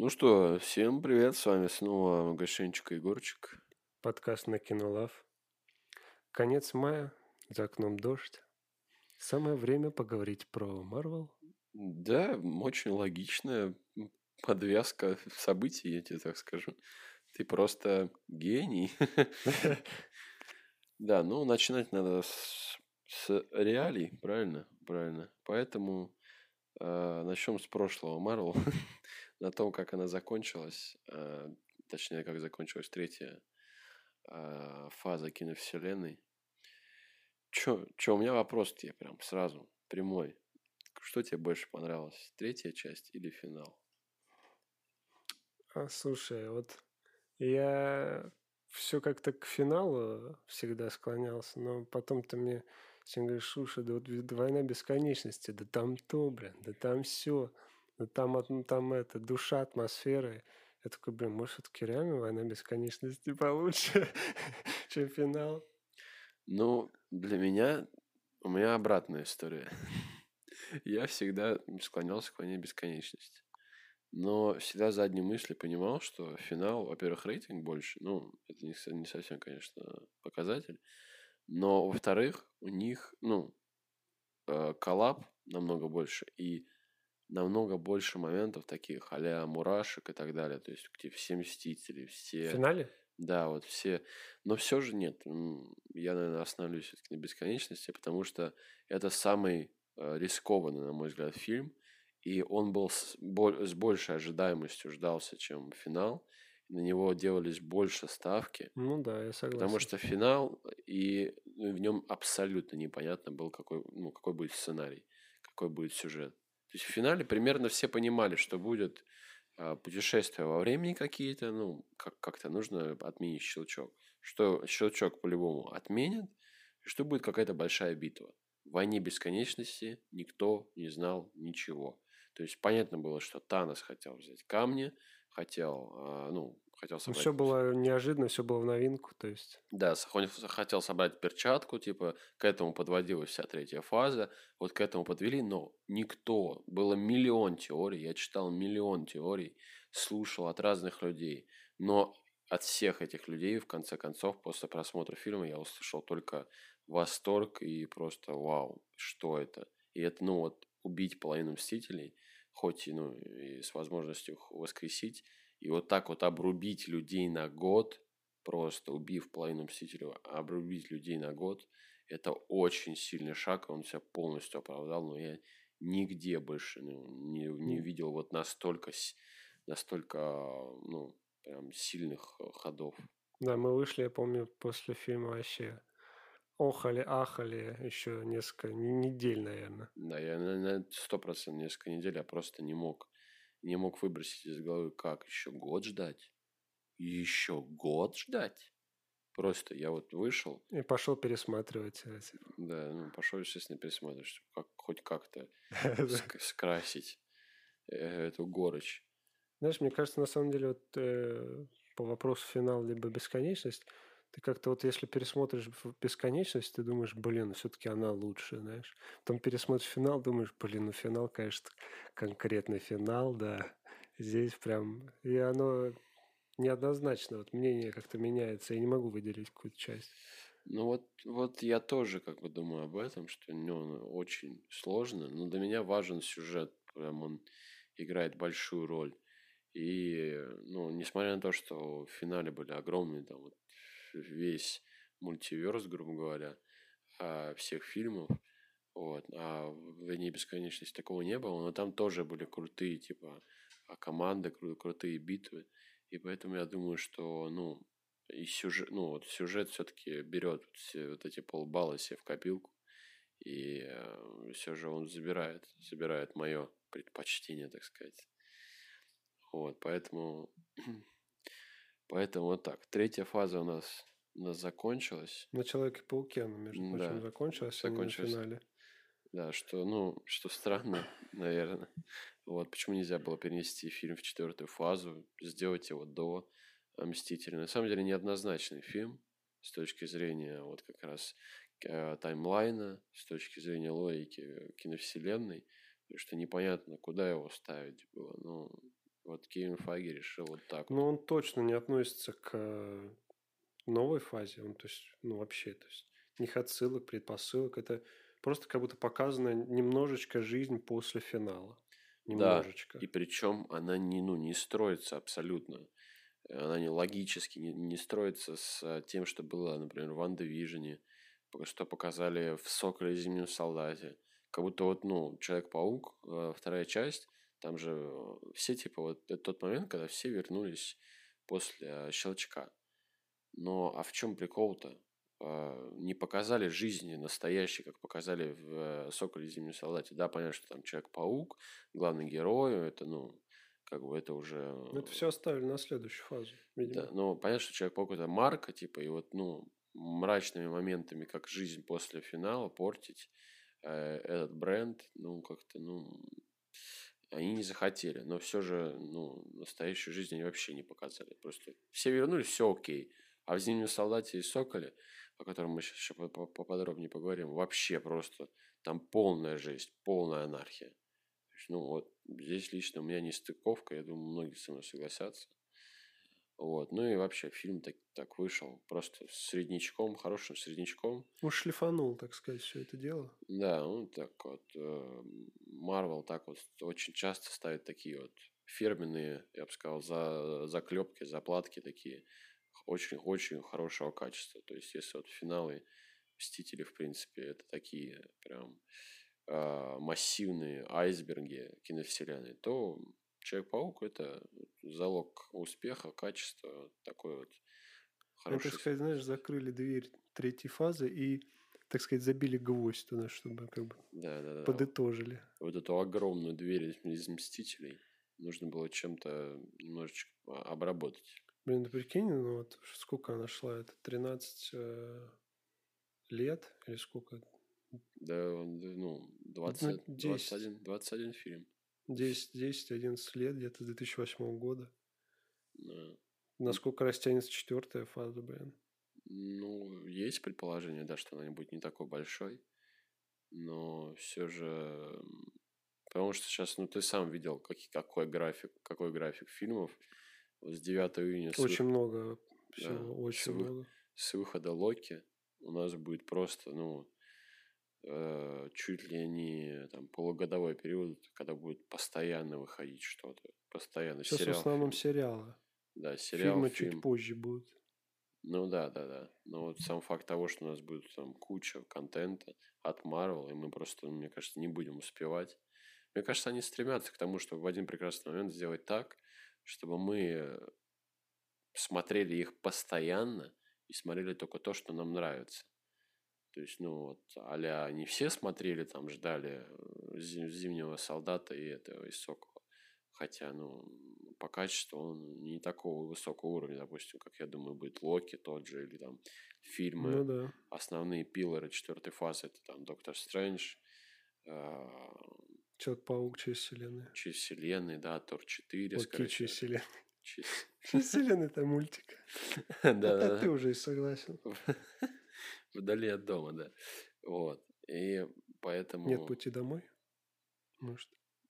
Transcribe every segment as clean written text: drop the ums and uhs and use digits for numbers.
Ну что, всем привет, с вами снова Гашенчик и Егорчик. Подкаст на Кинолав. Конец мая, за окном дождь. Самое время поговорить про Марвел. Да, очень логичная подвязка событий, я тебе так скажу. Ты просто гений. Да, ну начинать надо с реалий, правильно? Правильно. Поэтому начнем с прошлого Марвел, на том, как она закончилась, точнее, как закончилась третья фаза киновселенной. У меня вопрос к тебе прям сразу, прямой. Что тебе больше понравилось, третья часть или финал? Слушай, вот я все как-то к финалу всегда склонялся, но потом ты мне всем говоришь, слушай, да вот «Война бесконечности», да там то, блин, да там все, да там, там это, душа, атмосфера. Я такой, блин, может, все-таки реально «Война бесконечности» получше, чем финал? Ну, для меня, у меня обратная история. Я всегда склонялся к «Войне бесконечности». Но всегда в задней мысли понимал, что финал, во-первых, рейтинг больше. Ну, это не совсем, конечно, показатель. Но, во-вторых, у них, коллаб намного больше. И намного больше моментов таких а-ля мурашек и так далее. То есть где все мстители, В все... финале? Да, вот все. Но все же нет. Я, наверное, остановлюсь все-таки на бесконечности, потому что это самый рискованный, на мой взгляд, фильм. И он был с большей ожидаемостью ждался, чем финал. На него делались больше ставки, Ну да, я потому согласен. что финал, и в нем абсолютно непонятно был, какой будет сценарий, какой будет сюжет. То есть в финале примерно все понимали, что будет путешествия во времени какие-то, ну, как-то нужно отменить щелчок. Что щелчок по-любому отменят, и что будет какая-то большая битва. В «Войне бесконечности» никто не знал ничего. То есть понятно было, что Танос хотел взять камни, хотел Ну, собрать. все было неожиданно, все было в новинку, то есть. Да, он хотел собрать перчатку, типа, к этому подводилась вся третья фаза, вот к этому подвели, но никто, было миллион теорий, я читал миллион теорий, слушал от разных людей, но от всех этих людей, в конце концов, после просмотра фильма я услышал только восторг и просто вау, что это? И это, ну вот, убить половину Мстителей, хоть и, ну, и с возможностью их воскресить, и вот так вот обрубить людей на год, просто убив половину Мстителей, обрубить людей на год, это очень сильный шаг, он себя полностью оправдал, но я нигде больше не м, видел вот настолько, ну, прям сильных ходов. Да, мы вышли, я помню, после фильма вообще охали, ахали еще несколько недель, наверное. Да, я на 100% несколько недель я просто не мог выбросить из головы, как еще год ждать? Еще год ждать? Просто я вот вышел, И пошел пересматривать эти. да, ну, пошел, естественно, пересматривать, чтобы хоть как-то скрасить эту горечь. Знаешь, мне кажется, на самом деле, вот по вопросу финал либо бесконечность, ты как-то вот если пересмотришь бесконечность, ты думаешь, блин, все-таки она лучше, знаешь. Потом пересмотришь финал, думаешь, блин, ну финал, конечно, конкретный финал, да. Здесь прям, и оно неоднозначно, вот мнение как-то меняется, я не могу выделить какую-то часть. Ну вот я тоже как бы думаю об этом, что ну, очень сложно, но для меня важен сюжет, прям он играет большую роль. И, ну, несмотря на то, что в финале были огромные, там, вот, весь мультиверс, грубо говоря, всех фильмов, вот, а в «Войне бесконечности» такого не было, но там тоже были крутые, типа, команды, крутые битвы, и поэтому я думаю, что, ну, и сюжет, ну, вот сюжет все-таки берет все вот эти полбалла себе в копилку, и все же он забирает мое предпочтение, так сказать. Вот, поэтому вот так. Третья фаза у нас закончилась. На Человеке-пауке она, между прочим, Да, закончилась, а не на закончилась. финале. Да, что странно, наверное. Вот, почему нельзя было перенести фильм в четвертую фазу, сделать его до «Мстителей». На самом деле неоднозначный фильм с точки зрения вот как раз таймлайна, с точки зрения логики киновселенной, потому что непонятно, куда его ставить было. Ну, Вот Кевин Файги решил вот так Но вот. он точно не относится к новой фазе. Он, то есть, ну, вообще, то есть, них отсылок, предпосылок. Это просто как будто показана немножечко жизнь после финала. Да, Немножечко. и причем она не строится абсолютно. Она не логически не строится с тем, что было, например, в «Ван Дивижене», что показали в «Соколе и Зимнем солдате». Как будто вот, ну, «Человек-паук», вторая часть, там же все, типа, вот это тот момент, когда все вернулись после щелчка. Но а в чем прикол-то? Не показали жизни настоящей, как показали в «Соколе и Зимнем солдате». Да, понятно, что там Человек-паук, главный герой, это, ну, как бы это уже... Это все оставили на следующую фазу, видимо. Да, ну, понятно, что Человек-паук это марка, типа, и вот, ну, мрачными моментами, как жизнь после финала, портить этот бренд, ну, как-то, ну, они не захотели. Но все же, ну, настоящую жизнь они вообще не показали. Просто все вернулись, все окей. А в «Зимнем солдате» и «Соколе», о котором мы сейчас еще поподробнее поговорим, вообще просто там полная жесть, полная анархия. То есть, ну, вот здесь лично у меня не стыковка, я думаю, многие со мной согласятся. Вот. Ну и вообще фильм так вышел. Просто среднячком, хорошим среднячком. Уж шлифанул, так сказать, все это дело. Да, ну так вот. Марвел так вот очень часто ставит такие вот фирменные, я бы сказал, заклепки, заплатки такие очень-очень хорошего качества. То есть, если вот финалы Мстители, в принципе, это такие прям массивные айсберги киновселенной, то Человек-паук это залог успеха, качества, такой вот Они, так хороший. сказать, знаешь, закрыли дверь третьей фазы и, так сказать, забили гвоздь туда, чтобы как бы Да. подытожили. Вот эту огромную дверь из Мстителей нужно было чем-то немножечко обработать. Блин, ты прикинь, ну вот сколько она шла? Это 13 лет или сколько? Да, ну, Ну, 10. 21 фильм. 10-11 лет, где-то с 2008 года. Да. Насколько растянется четвертая фаза, блин. Ну, есть предположение, да, что она будет не такой большой, но все же, потому что сейчас, ну, ты сам видел, какой график фильмов. Вот с 9 июня Очень много да, всего, очень много. с выхода Локи у нас будет просто, ну, чуть ли не там полугодовой период, когда будет постоянно выходить что-то. Постоянно Сейчас в сериал, основном фильм. сериалы. Да, сериал, Фильмы чуть фильм. позже будут. Ну да. Но вот сам факт того, что у нас будет там куча контента от Marvel, и мы просто, мне кажется, не будем успевать. Мне кажется, они стремятся к тому, чтобы в один прекрасный момент сделать так, чтобы мы смотрели их постоянно и смотрели только то, что нам нравится. То есть, ну вот, а-ля не все смотрели, там, ждали «Зимнего солдата» и этого, и «Сокола». Хотя, ну, по качеству он не такого высокого уровня, допустим, как, я думаю, будет «Локи» тот же, или там фильмы, Ну да. основные пиллеры четвертой фазы, это там «Доктор Стрэндж», Человек-паук через вселенную. через вселенной, да, Тор 4, Окей, скорее через всего. вселенную. Через- Через вселенную это мультик. А ты Да. уже и согласен. Вдали от дома, да. Вот. И поэтому... Нет пути домой? Может.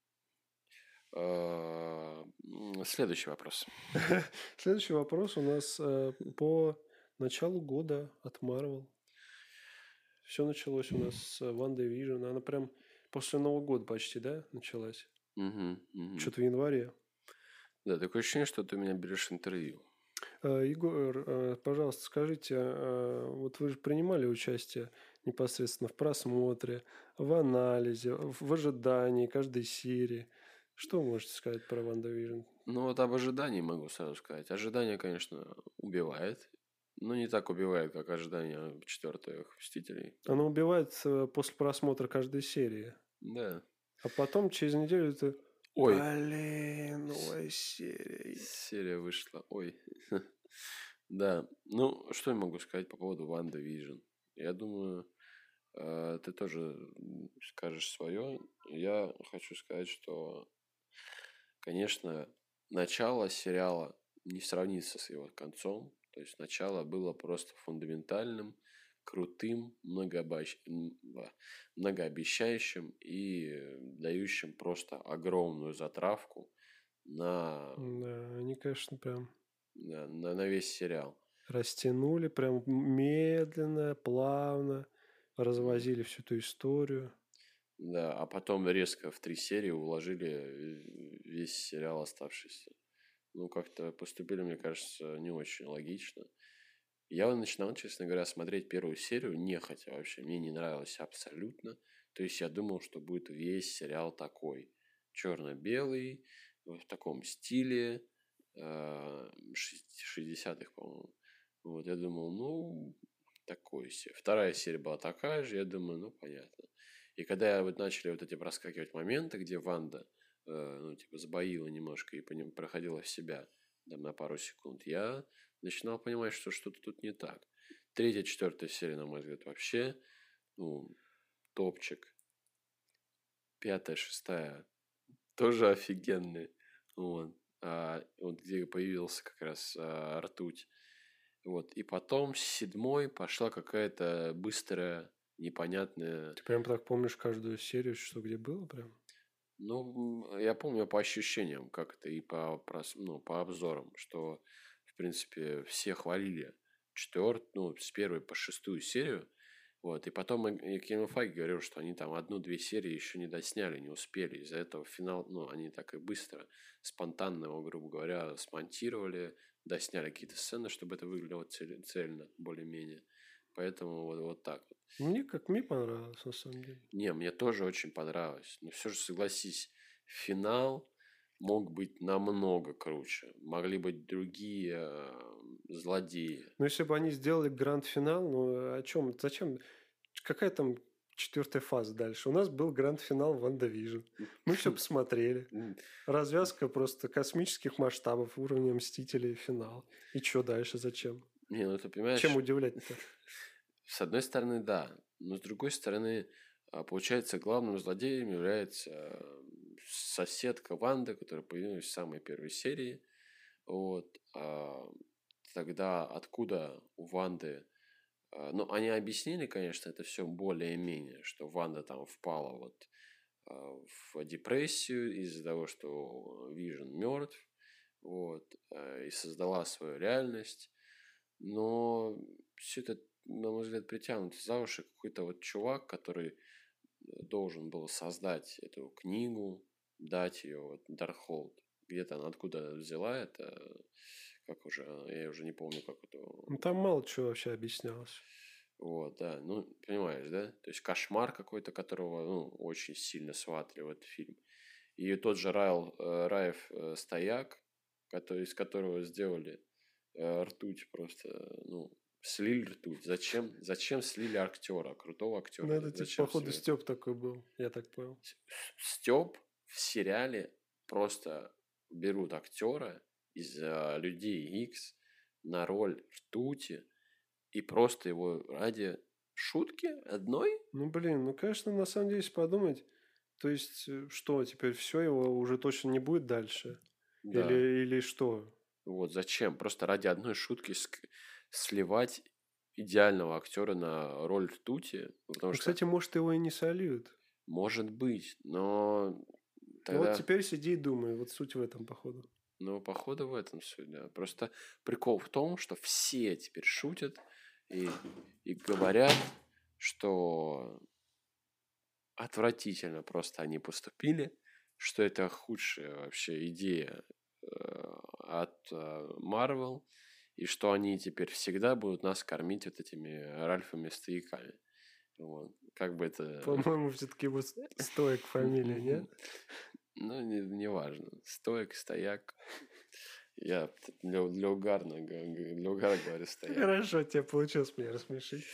Следующий вопрос. Следующий вопрос у нас по началу года от Marvel. Все началось у нас с One Division. Она прям после Нового года почти, да, началась? Что-то в январе. Да, такое ощущение, что ты у меня берешь интервью. Егор, пожалуйста, скажите, вот вы же принимали участие непосредственно в просмотре, в анализе, в ожидании каждой серии. Что вы можете сказать про One Division? Ну, вот об ожидании могу сразу сказать. Ожидание, конечно, убивает. Но не так убивает, как ожидание четвертых «Мстителей». Оно убивает после просмотра каждой серии. Да. А потом через неделю ты... Ой. Блин, новая серия. Серия вышла. Ой. Да. Ну, что я могу сказать по поводу One Division? Я думаю, ты тоже скажешь свое. Я хочу сказать, что, конечно, начало сериала не сравнится с его концом. То есть начало было просто фундаментальным, крутым, многообещающим и дающим просто огромную затравку на, Да, они, конечно, прям на весь сериал. растянули прям медленно, плавно, М, развозили всю эту историю. Да, а потом резко в 3 серии уложили весь сериал оставшийся. Ну, как-то поступили, мне кажется, не очень логично. Я начинал, честно говоря, смотреть первую серию нехотя вообще. Мне не нравилось абсолютно. То есть я думал, что будет весь сериал такой. Черно-белый, в таком стиле 60-х, по-моему. Вот, я думал, ну, такой себе. Вторая серия была такая же, я думаю, ну, понятно. И когда вот начали вот эти проскакивать моменты, где Ванда, ну, типа, сбоила немножко и по ним проходила в себя, там, на пару секунд, я начинал понимать, что что-то тут не так. Третья, четвертая серия, на мой взгляд, вообще, ну, топчик. Пятая, шестая тоже офигенные. Вот. Вот где появился как раз ртуть. Вот. И потом с седьмой пошла какая-то быстрая, непонятная. Ты прям так помнишь каждую серию, что где было прям? Ну, я помню по ощущениям, как это, и ну, по обзорам, что, в принципе, все хвалили ну, с первой по шестую серию. Вот. И потом и Кевин Файги говорил, что они там одну-две серии еще не досняли, не успели. Из-за этого финал, ну, они так и быстро, спонтанно его, грубо говоря, смонтировали, досняли какие-то сцены, чтобы это выглядело цельно, более-менее. Поэтому вот так вот. Мне понравилось, на самом деле. Не, мне тоже очень понравилось. Но все же согласись, финал мог быть намного круче. Могли быть другие злодеи. Но если бы они сделали гранд-финал, ну о чем? Зачем? Какая там четвертая фаза дальше? У нас был гранд-финал Ванда Вижн. Мы все посмотрели. Развязка просто космических масштабов, уровня Мстителей, финал. И что дальше? Зачем? Не, ну ты Чем понимаешь, удивлять-то? с одной стороны, да. Но с другой стороны, получается, главным злодеем является соседка Ванды, которая появилась в самой первой серии. Вот. Тогда откуда у Ванды... Ну, они объяснили, конечно, это все более-менее, что Ванда там впала вот в депрессию из-за того, что Вижн мертв, вот, и создала свою реальность. Но все это, на мой взгляд, притянуто за уши какой-то вот чувак, который должен был создать эту книгу, дать ее вот Даркхолд. Где-то она откуда взяла это, как уже, я уже не помню, как это. Ну, там мало чего вообще объяснялось. Вот, да, ну, понимаешь, да? То есть кошмар какой-то, которого, ну, очень сильно сватали в этот фильм. И тот же Раев Стояк, из которого сделали ртуть просто, ну, слили ртуть. Зачем слили актера, крутого Ну, актера? это типа, Зачем походу, слили? Степ такой был, я так понял. Степ в сериале просто берут актера из Людей Икс на роль ртути и просто его ради шутки одной. Ну, блин, ну, конечно, на самом деле, если подумать, то есть, что, теперь все, его уже точно не будет дальше? Да. Или что? Вот зачем? Просто ради одной шутки сливать идеального актера на роль ртути, потому Ну, что кстати, может, его и не сольют. может быть, но Ну, вот тогда, теперь сиди и думай, вот суть в этом, походу. ну, походу в этом суть, да. Просто прикол в том, что все теперь шутят и, и говорят, что отвратительно просто они поступили, что это худшая вообще идея от Marvel, и что они теперь всегда будут нас кормить вот этими Ральфами-стояками. Вот. Как бы это... По-моему, все-таки его Стоик фамилия, нет? Ну, не важно. Стоек, стояк. Я для угара говорю стояк. Хорошо, тебе получилось меня рассмешить.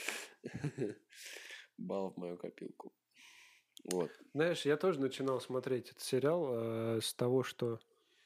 Балл в мою копилку. Вот. Знаешь, я тоже начинал смотреть этот сериал с того, что...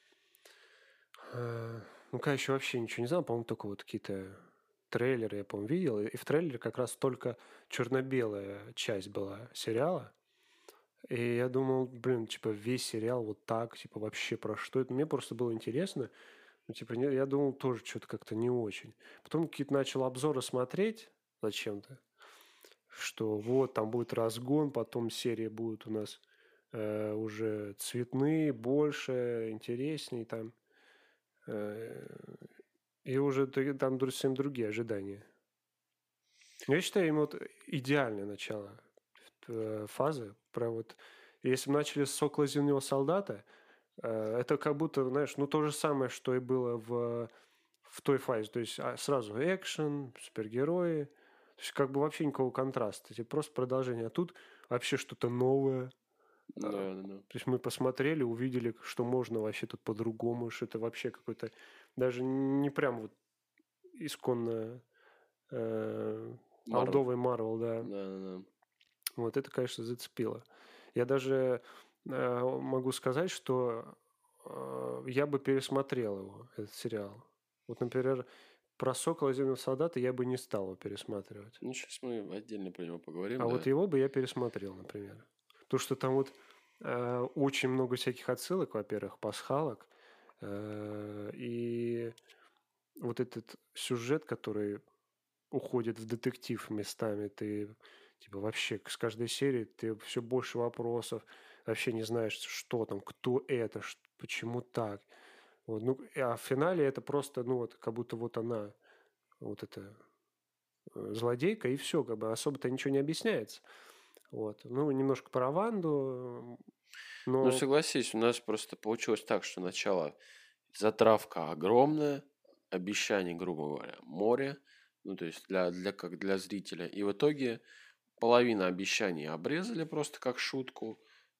ну, когда еще вообще ничего не знал, по-моему, только вот какие-то трейлеры, я, по-моему, видел. И в трейлере как раз только черно-белая часть была сериала. И я думал, блин, типа, весь сериал вот так, типа, вообще про что это? Мне просто было интересно. Ну, типа, я думал, тоже что-то как-то не очень. Потом какие-то начал обзоры смотреть зачем-то, что вот, там будет разгон, потом серия будет у нас уже цветные, больше, интересней там. Э, и уже там совсем другие ожидания. Я считаю, им вот идеальное начало фазы. Про вот, если бы начали с «Сокола зимнего солдата», это как будто, знаешь, ну то же самое, что и было в той фазе. То есть сразу экшен, супергерои. То есть как бы вообще никакого контраста. Типа просто продолжение. А тут вообще что-то новое. Да, да. То есть мы посмотрели, увидели, что можно вообще тут по-другому, что это вообще какой-то даже не прям вот исконно олдовый Марвел, да. Да. Вот это, конечно, зацепило. Я даже могу сказать, что я бы пересмотрел его, этот сериал. Вот, например, про «Сокола зимнего солдата» я бы не стал его пересматривать. Ну, сейчас мы отдельно про него поговорим, А да. вот его бы я пересмотрел, например. Потому что там вот очень много всяких отсылок, во-первых, пасхалок. И вот этот сюжет, который уходит в детектив местами, ты типа вообще с каждой серии ты все больше вопросов, вообще не знаешь, что там, кто это, почему так. Вот, ну, а в финале это просто, ну, вот, как будто вот она, вот эта злодейка, и все, как бы особо-то ничего не объясняется. Вот. Ну, немножко про Ванду, Ну, но согласись, у нас просто получилось так, что начало затравка огромная, обещаний, грубо говоря, море, ну, то есть как для зрителя. И в итоге половина обещаний обрезали просто как шутку,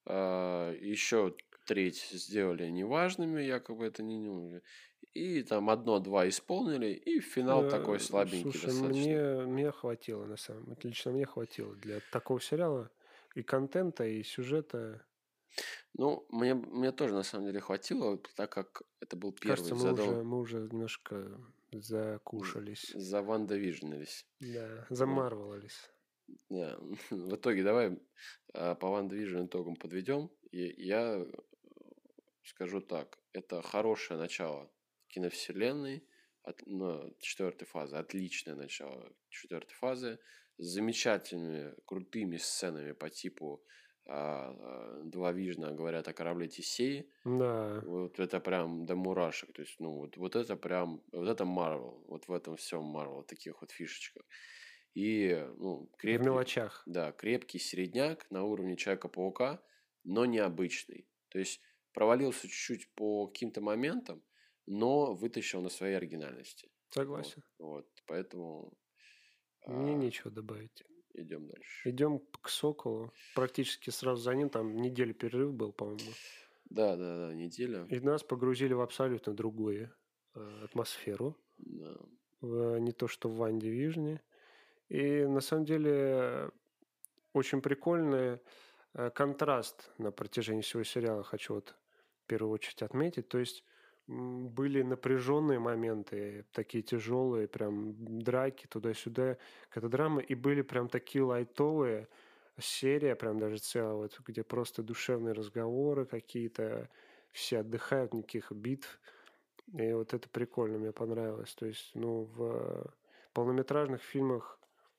еще треть сделали неважными, якобы это не нужно. И там одно-два исполнили, и финал такой слабенький слушай, достаточно. мне хватило, на самом деле. Лично мне хватило для такого сериала и контента, и сюжета. Ну, мне тоже на самом деле хватило, так как это был первый Кажется, задел. мы уже немножко закушались. За Ванда Вижнились. Да, Вот. замарвалались. Да. В итоге давай по Ванда Вижн итогам подведем. Я скажу так. Это хорошее начало киновселенной. Четвертой фазы. Отличное начало четвертой фазы. С замечательными, крутыми сценами по типу два Вижна говорят о корабле Тесеи. Да. Вот это прям до мурашек. То есть, ну, вот это прям, вот это Марвел. Вот в этом всем Марвел, таких вот фишечках. И, ну, В мелочах. да, крепкий середняк на уровне Человека-паука, но необычный. То есть, провалился чуть-чуть по каким-то моментам, но вытащил на своей оригинальности. Согласен. Вот, поэтому Мне нечего добавить. идем дальше. Идем к «Соколу». Практически сразу за ним, там неделя перерыв был, по-моему. Да, неделя. И нас погрузили в абсолютно другую атмосферу. Да. Не то, что в «Ванде Вижне». И на самом деле очень прикольный контраст на протяжении всего сериала хочу вот в первую очередь отметить. То есть были напряженные моменты, такие тяжелые, прям драки туда-сюда, какая-то драма, и были прям такие лайтовые серия, прям даже целая, вот, где просто душевные разговоры какие-то, все отдыхают, никаких битв. И вот это прикольно, мне понравилось. То есть, ну, в полнометражных фильмах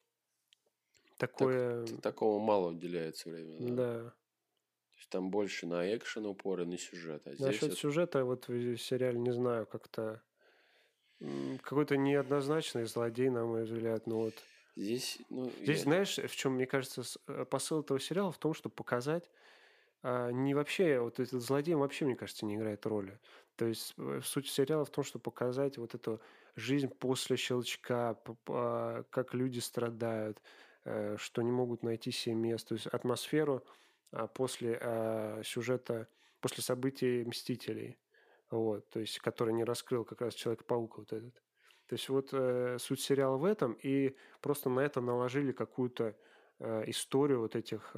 такое... Такого мало уделяется времени. Да. То есть там больше на экшен упор и на сюжет. А здесь Насчет сюжета, вот в сериале, не знаю, как-то какой-то неоднозначный злодей, на мой взгляд. Ну вот. Здесь, Здесь, знаешь, в чем, мне кажется, посыл этого сериала в том, чтобы показать не вообще, вот этот злодей вообще, мне кажется, не играет роли. То есть суть сериала в том, чтобы показать вот эту жизнь после щелчка, как люди страдают, что не могут найти себе место, то есть атмосферу после сюжета, после событий «Мстителей», вот, то есть который не раскрыл как раз Человек-паук вот этот. То есть вот суть сериала в этом, и просто на это наложили какую-то историю вот этих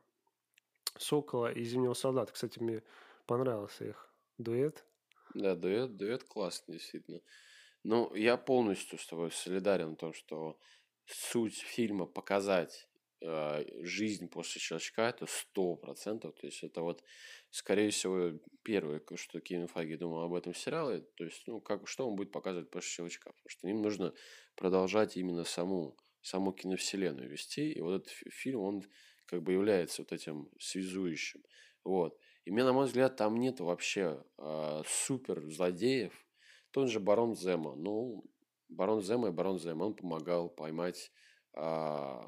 Сокола и Зимнего солдата. Кстати, мне понравился их дуэт. Да, дуэт классный, действительно. Ну, я полностью с тобой солидарен в том, что суть фильма показать жизнь после щелчка, это 100%. То есть это вот, скорее всего, первое, что Кевин Файги думал об этом сериале. То есть, ну, что он будет показывать после щелчка. Потому что им нужно продолжать именно саму киновселенную вести. И вот этот фильм, он как бы является вот этим связующим. Вот. И мне, на мой взгляд, там нет вообще супер злодеев. Тот же Барон Зема. Ну, Барон Зема и Барон Зема. Он помогал поймать а,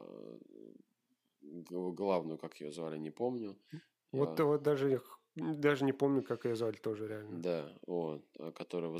главную, как ее звали, не помню. Вот даже не помню, как ее звали тоже реально. Да, вот, которая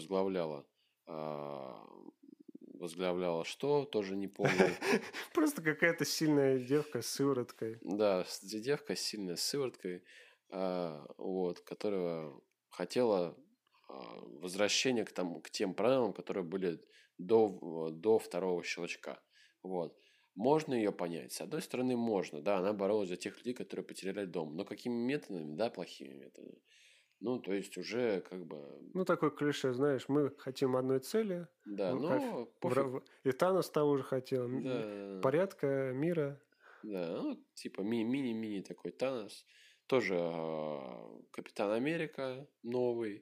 а, возглавляла что, тоже не помню. Просто какая-то сильная девка с сывороткой. Да, девка с сильной сывороткой, вот, которая хотела возвращения к тем правилам, которые были до второго щелчка. Вот. Можно ее понять. С одной стороны, можно. Да, она боролась за тех людей, которые потеряли дом. Но какими методами? Да, плохими методами. Ну, то есть уже как бы... Ну, такой клише, знаешь, мы хотим одной цели. Да, но пофиг. И Танос того же хотел. Да, Порядка, мира. да, ну, типа мини-мини такой Танос. Тоже Капитан Америка новый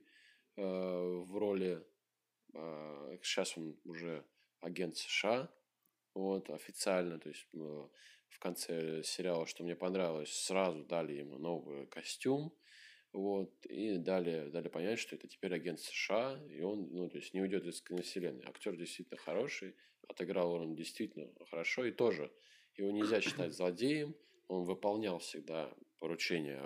в роли... сейчас он уже агент США. Вот, официально, то есть в конце сериала, что мне понравилось, сразу дали ему новый костюм. Вот, и дали понять, что это теперь агент США, и он, ну, то есть не уйдет из киновселенной. Актер действительно хороший, отыграл он действительно хорошо, и тоже его нельзя считать злодеем, он выполнял всегда поручения.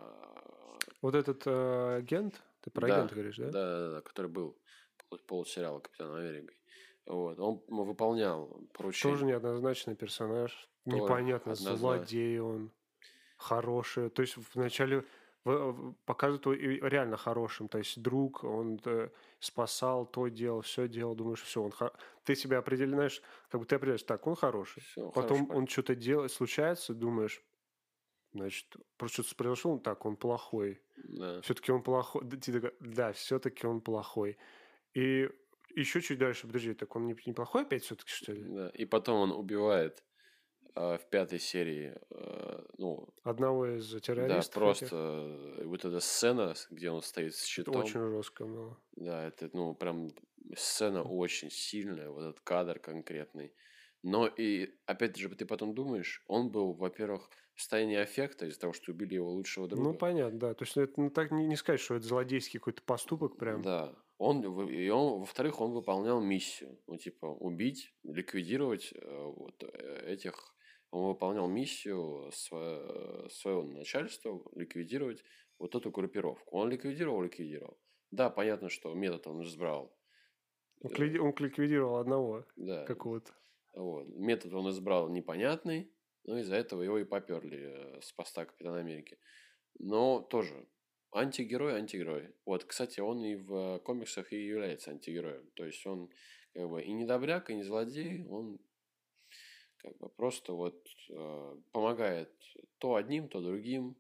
Вот этот агент, ты про Да, агента говоришь, да? да, который был полусериала Капитан Америкой. Вот, он выполнял Тоже поручения. неоднозначный персонаж. Тоже Непонятно, однозначно. злодей он, хороший. То есть вначале показывают его и реально хорошим. То есть друг, он спасал, то делал, все делал. Думаешь, все, ты себя определяешь, как бы ты определяешь, так, он хороший. Все, хороший Потом парень. он что-то делает, случается, думаешь, значит, просто что-то произошло, так, он плохой. Да. Все-таки он плохой. Да, ты такой, да, все-таки он плохой. И еще чуть дальше, подожди, так он не плохой опять все-таки, что ли? Да. И потом он убивает в пятой серии, ну, Одного из да, террористов просто этих. вот эта сцена, где он стоит с Это щитом, очень жестко было. да, это, ну, прям сцена очень сильная, вот этот кадр конкретный. Но и, опять же, ты потом думаешь, он был, во-первых, в состоянии аффекта из-за того, что убили его лучшего Ну, друга. понятно, да. То есть это так не сказать, что это злодейский какой-то поступок прям. Да. Во-вторых, он выполнял миссию. Ну, типа, убить, ликвидировать этих... Он выполнял миссию своего начальства, ликвидировать вот эту группировку. Он ликвидировал. Да, понятно, что метод он избрал. Он ликвидировал одного Да, какого-то. вот. Метод он избрал непонятный, но из-за этого его и поперли с поста Капитана Америки. Но тоже антигерой. Вот, кстати, он и в комиксах и является антигероем. То есть он как бы и не добряк, и не злодей, он как бы просто вот помогает то одним, то другим,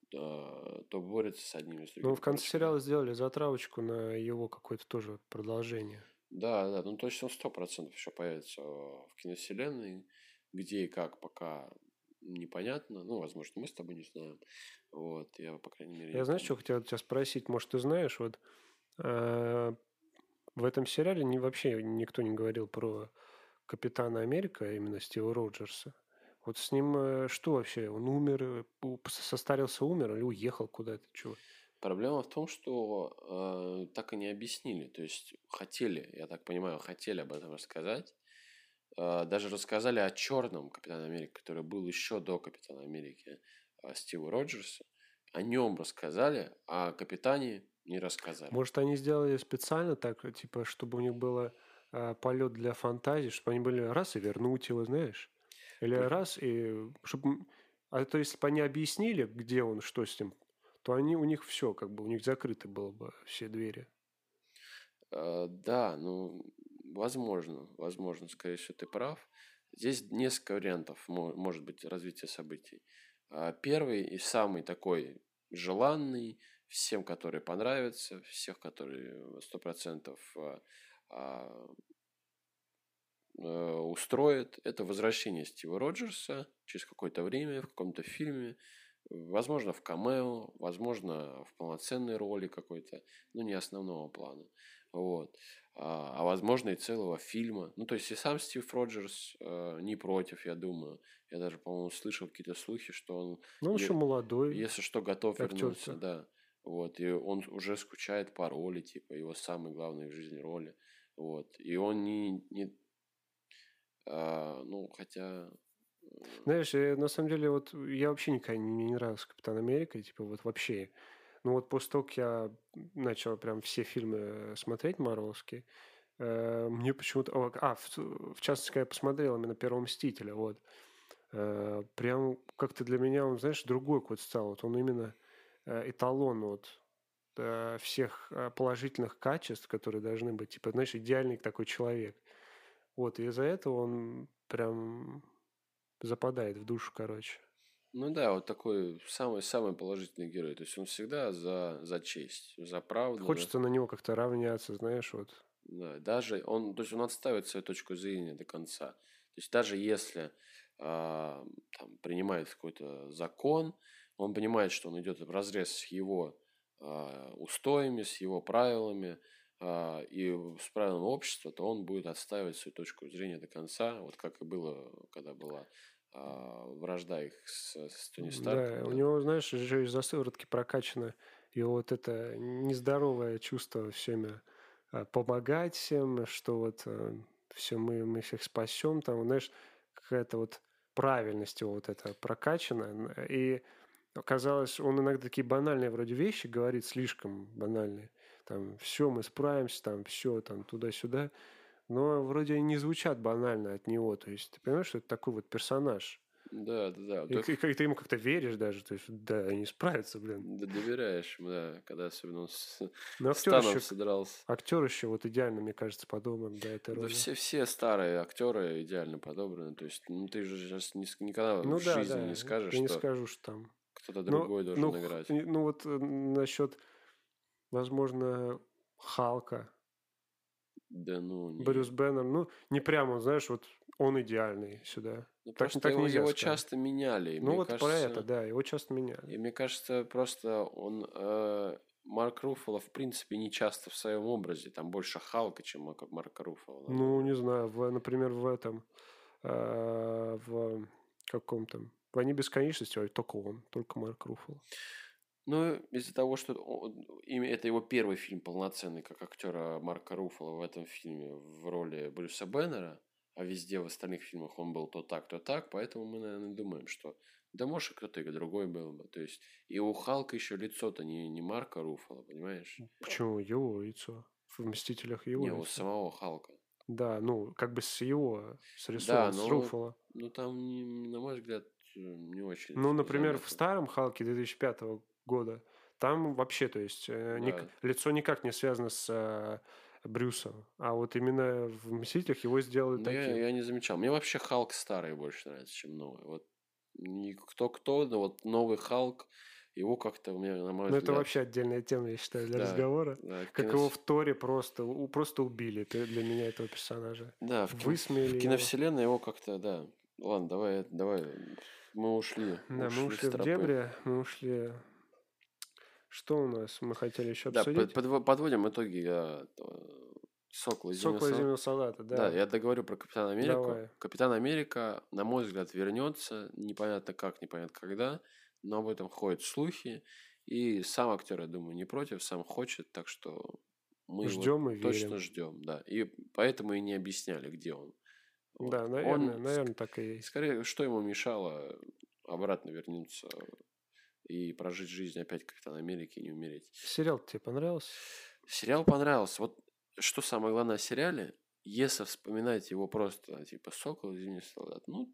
то борется с одним и с Но другим. в конце Короче, сериала сделали затравочку на его какое-то тоже продолжение. да, ну то есть он 100% еще появится в киновселенной, где и как пока непонятно. Ну, возможно, мы с тобой не знаем. Вот, я, по крайней мере, Я не знаешь, помню. что хотел тебя спросить? Может, ты знаешь, вот в этом сериале вообще никто не говорил про Капитана Америка, именно Стива Роджерса. Вот с ним что вообще? Он умер, состарился, умер или уехал куда-то? Чего? Проблема в том, что так и не объяснили. То есть хотели, я так понимаю, хотели об этом рассказать. Даже рассказали о черном Капитане Америке, который был еще до Капитана Америки Стива Роджерса. О нем рассказали, а о Капитане не рассказали. Может, они сделали специально так, типа, чтобы у них было полет для фантазии, чтобы они были раз и вернуть его, знаешь? Или Пр- раз и... Чтобы... А то если бы они объяснили, где он, что с ним, то у них все, как бы, у них закрыты было бы все двери. Да, ну, возможно, скорее всего, ты прав. Здесь несколько вариантов может быть развития событий. Первый и самый такой желанный, всем, которые понравятся, всех, которые 100% устроит, это возвращение Стива Роджерса через какое-то время в каком-то фильме, возможно, в камео, возможно, в полноценной роли какой-то, но не основного плана. Вот. Возможно, и целого фильма. Ну, то есть, и сам Стив Роджерс не против, я думаю. Я даже, по-моему, слышал какие-то слухи, что он, Ну, он еще молодой если что, готов вернуться, актер-то. да. Вот. И он уже скучает по роли, типа, его самой главной в жизни роли. Вот. И он ну, хотя... Знаешь, на самом деле, вот я вообще никогда не нравился Капитан Америка, типа, вот вообще. Ну, вот после того, как я начал прям все фильмы смотреть марвелские, мне почему-то... в частности, когда я посмотрел именно «Первого мстителя», вот, прям как-то для меня он, знаешь, другой какой-то стал. Вот он именно эталон вот всех положительных качеств, которые должны быть. Типа, знаешь, идеальный такой человек. Вот, и из-за этого он прям западает в душу, короче. Ну да, вот такой самый положительный герой. То есть он всегда за честь, за правду, да. Хочется на него как-то равняться, знаешь, вот. Да, даже он, то есть он отстаивает свою точку зрения до конца. То есть даже если там, принимает какой-то закон, он понимает, что он идет вразрез с его устоями, с его правилами и с правилами общества, то он будет отстаивать свою точку зрения до конца, вот как и было, когда была вражда их с Тони Да, Старком, у да. него, знаешь, еще из-за сыворотки прокачано его вот это нездоровое чувство всеми помогать всем, что вот все мы всех спасем, там, знаешь, какая-то вот правильность его вот это прокачана. И оказалось, он иногда такие банальные вроде вещи говорит, слишком банальные. Там, все, мы справимся, там, все, там, туда-сюда. Но вроде они не звучат банально от него. То есть, ты понимаешь, что это такой вот персонаж. Да, да, да. И ты ему как-то веришь даже, то есть, да, они справятся, блин. Доверяешь ему, да, когда особенно он Но с Таном содрался. актер еще вот идеально, мне кажется, подобран для этой Да роли. все старые актеры идеально подобраны. То есть, ну ты же сейчас никогда в Ну да, жизни да, не скажешь, я не что скажу, что там. кто-то Но, другой должен играть. ну вот насчет, возможно, Халка, Да ну Брюс не. Бэннер, ну, не прямо, знаешь, вот он идеальный сюда. Ну Так, просто так нельзя его сказать. часто меняли. И Ну мне вот про это, кажется, да, его часто меняли. просто он Марк Руффало в принципе не часто в своем образе. Там больше Халка, чем Марка Руффало, на мой Ну, не взгляд. знаю, например, в этом, в каком там, «Войне бесконечности», только он, только Марк Руффало. Ну, из-за того, что это его первый фильм полноценный, как актера Марка Руффало в этом фильме в роли Брюса Беннера, а везде в остальных фильмах он был то так, поэтому мы, наверное, думаем, что да, может, и кто-то и другой был бы. То есть, и у Халка еще лицо-то не Марка Руффало, понимаешь? Почему его лицо? В «Мстителях» его Не, у лицо. самого Халка. Да, ну, как бы с его, Да, срисован, с но Руффало. ну, там, на мой взгляд, не очень Ну, например, в заметно. старом «Халке» 2005 года, там вообще, то есть, Да. лицо никак не связано с Брюсом, а вот именно в «Мстителях» его сделали Ну, таким. я не замечал. Мне вообще Халк старый больше нравится, чем новый. Вот кто, но вот новый Халк, его как-то у меня, на мой Ну, это взгляд, вообще отдельная тема, я считаю, для да, разговора. да, Как его в Торе просто убили для меня этого персонажа. да, в Высмеяли его. киновселенной его как-то, да. Ладно, давай, мы Да, мы ушли с ушли в тропы. дебри, мы ушли... Что у нас мы хотели еще Да, обсудить? подводим итоги Сокола и Зимнего Сокола и Солдата. зимнего солдата, Да, да. я договорю про Капитана Америку. Давай. Капитан Америка, на мой взгляд, вернется. Непонятно как, непонятно когда. Но об этом ходят слухи. И сам актер, я думаю, не против, сам хочет. Так что мы его Ждем и точно верим. ждем. Да. И поэтому и не объясняли, где он. Вот. Да, Он, наверное, так и есть. скорее, что ему мешало обратно вернуться и прожить жизнь опять Капитана Америки и не умереть. Сериал тебе понравился? Сериал понравился. Вот что самое главное в сериале, если вспоминать его просто, типа, «Сокол и Зимний солдат», ну,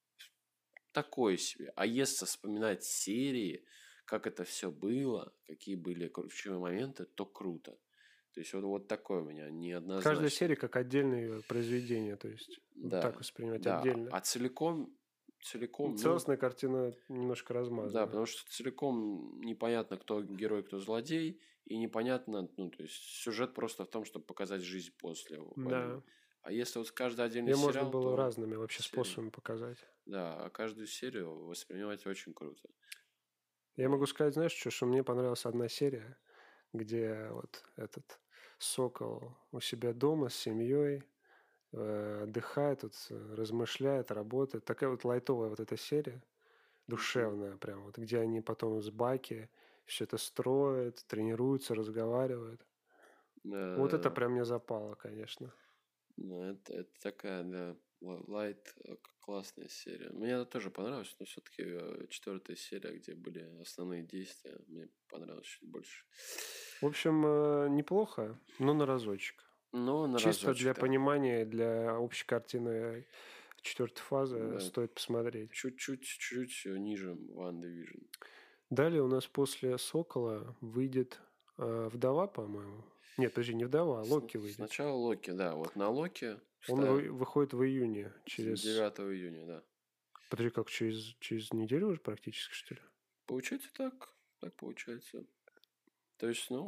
такое себе. А если вспоминать серии, как это все было, какие были ключевые моменты, то круто. То есть, вот такое у меня Каждая неоднозначно. серия как отдельное произведение, то есть вот Да, так воспринимать да. отдельно. А целиком, ну, Целостная картина немножко да, размазана. потому что целиком непонятно, кто герой, кто злодей, и непонятно, ну, то есть сюжет просто в том, чтобы показать жизнь после войны. Да. А если вот каждый отдельный Ее можно сериал, было то разными вообще серия. способами показать. Да, а каждую серию воспринимать очень круто. Я могу сказать, знаешь, что мне понравилась одна серия, где вот этот Сокол у себя дома с семьей, отдыхает, вот, размышляет, работает. Такая вот лайтовая вот эта серия, душевная прям, вот, где они потом с Баки все это строят, тренируются, разговаривают. Вот это Да, прям мне запало, конечно. ну, это такая, да, лайт, классная серия. Мне она тоже понравилась, но все-таки четвертая серия, где были основные действия, мне понравилось чуть больше. В общем, неплохо, но на разочек. Но на Чисто для разочек, да. понимания, для общей картины четвертой фазы Да, стоит посмотреть. чуть-чуть ниже Ван Division. Далее у нас после «Сокола» выйдет «Вдова», по-моему. Нет, подожди, не «Вдова», а «Локи» выйдет. Сначала Локи, да. Вот на Локи Он выходит в июне, через... 9 июня, да. Подожди, как через неделю уже практически, что ли? Получается так. Так получается. То есть, ну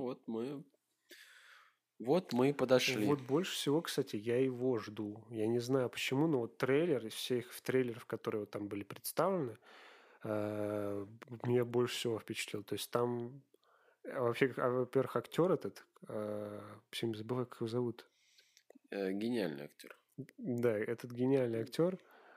вот мы и подошли. Вот больше всего, кстати, я его жду. Я не знаю почему, но вот трейлер, из всех трейлеров, которые вот там были представлены, меня больше всего впечатлил. То есть там вообще, во-первых, актер этот, все не забываю, как его зовут. Гениальный актер. Да, этот гениальный актер.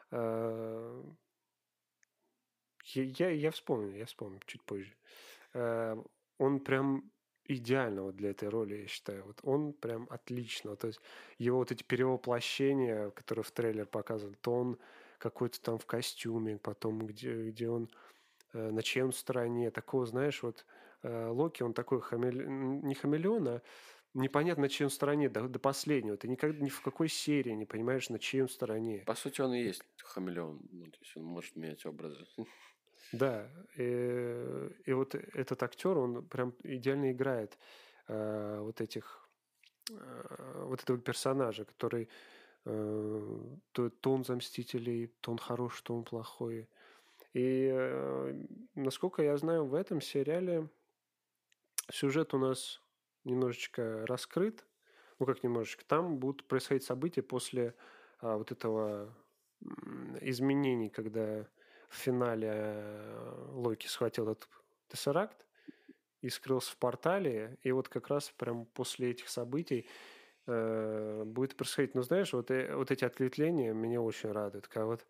Я вспомню чуть позже. Он прям идеально вот для этой роли, я считаю. Вот он прям отлично. То есть его вот эти перевоплощения, которые в трейлер показывают, то он какой-то там в костюме, потом где он на чьей стороне. Такого, знаешь, вот Локи, он такой не хамелеон, а непонятно, на чьей он стороне до последнего. Ты никогда ни в какой серии не понимаешь, на чьей он стороне. По сути, он и есть хамелеон. Ну, то есть он может менять образы. Да, и вот этот актер, он прям идеально играет вот вот этого персонажа, который то он за Мстителей, то он хороший, то он плохой. И насколько я знаю, в этом сериале сюжет у нас немножечко раскрыт. Ну, как немножечко. Там будут происходить события после вот этого изменений, когда в финале Локи схватил этот тессеракт и скрылся в портале. И вот как раз прям после этих событий будет происходить. Но знаешь, вот эти ответвления меня очень радуют. Когда вот,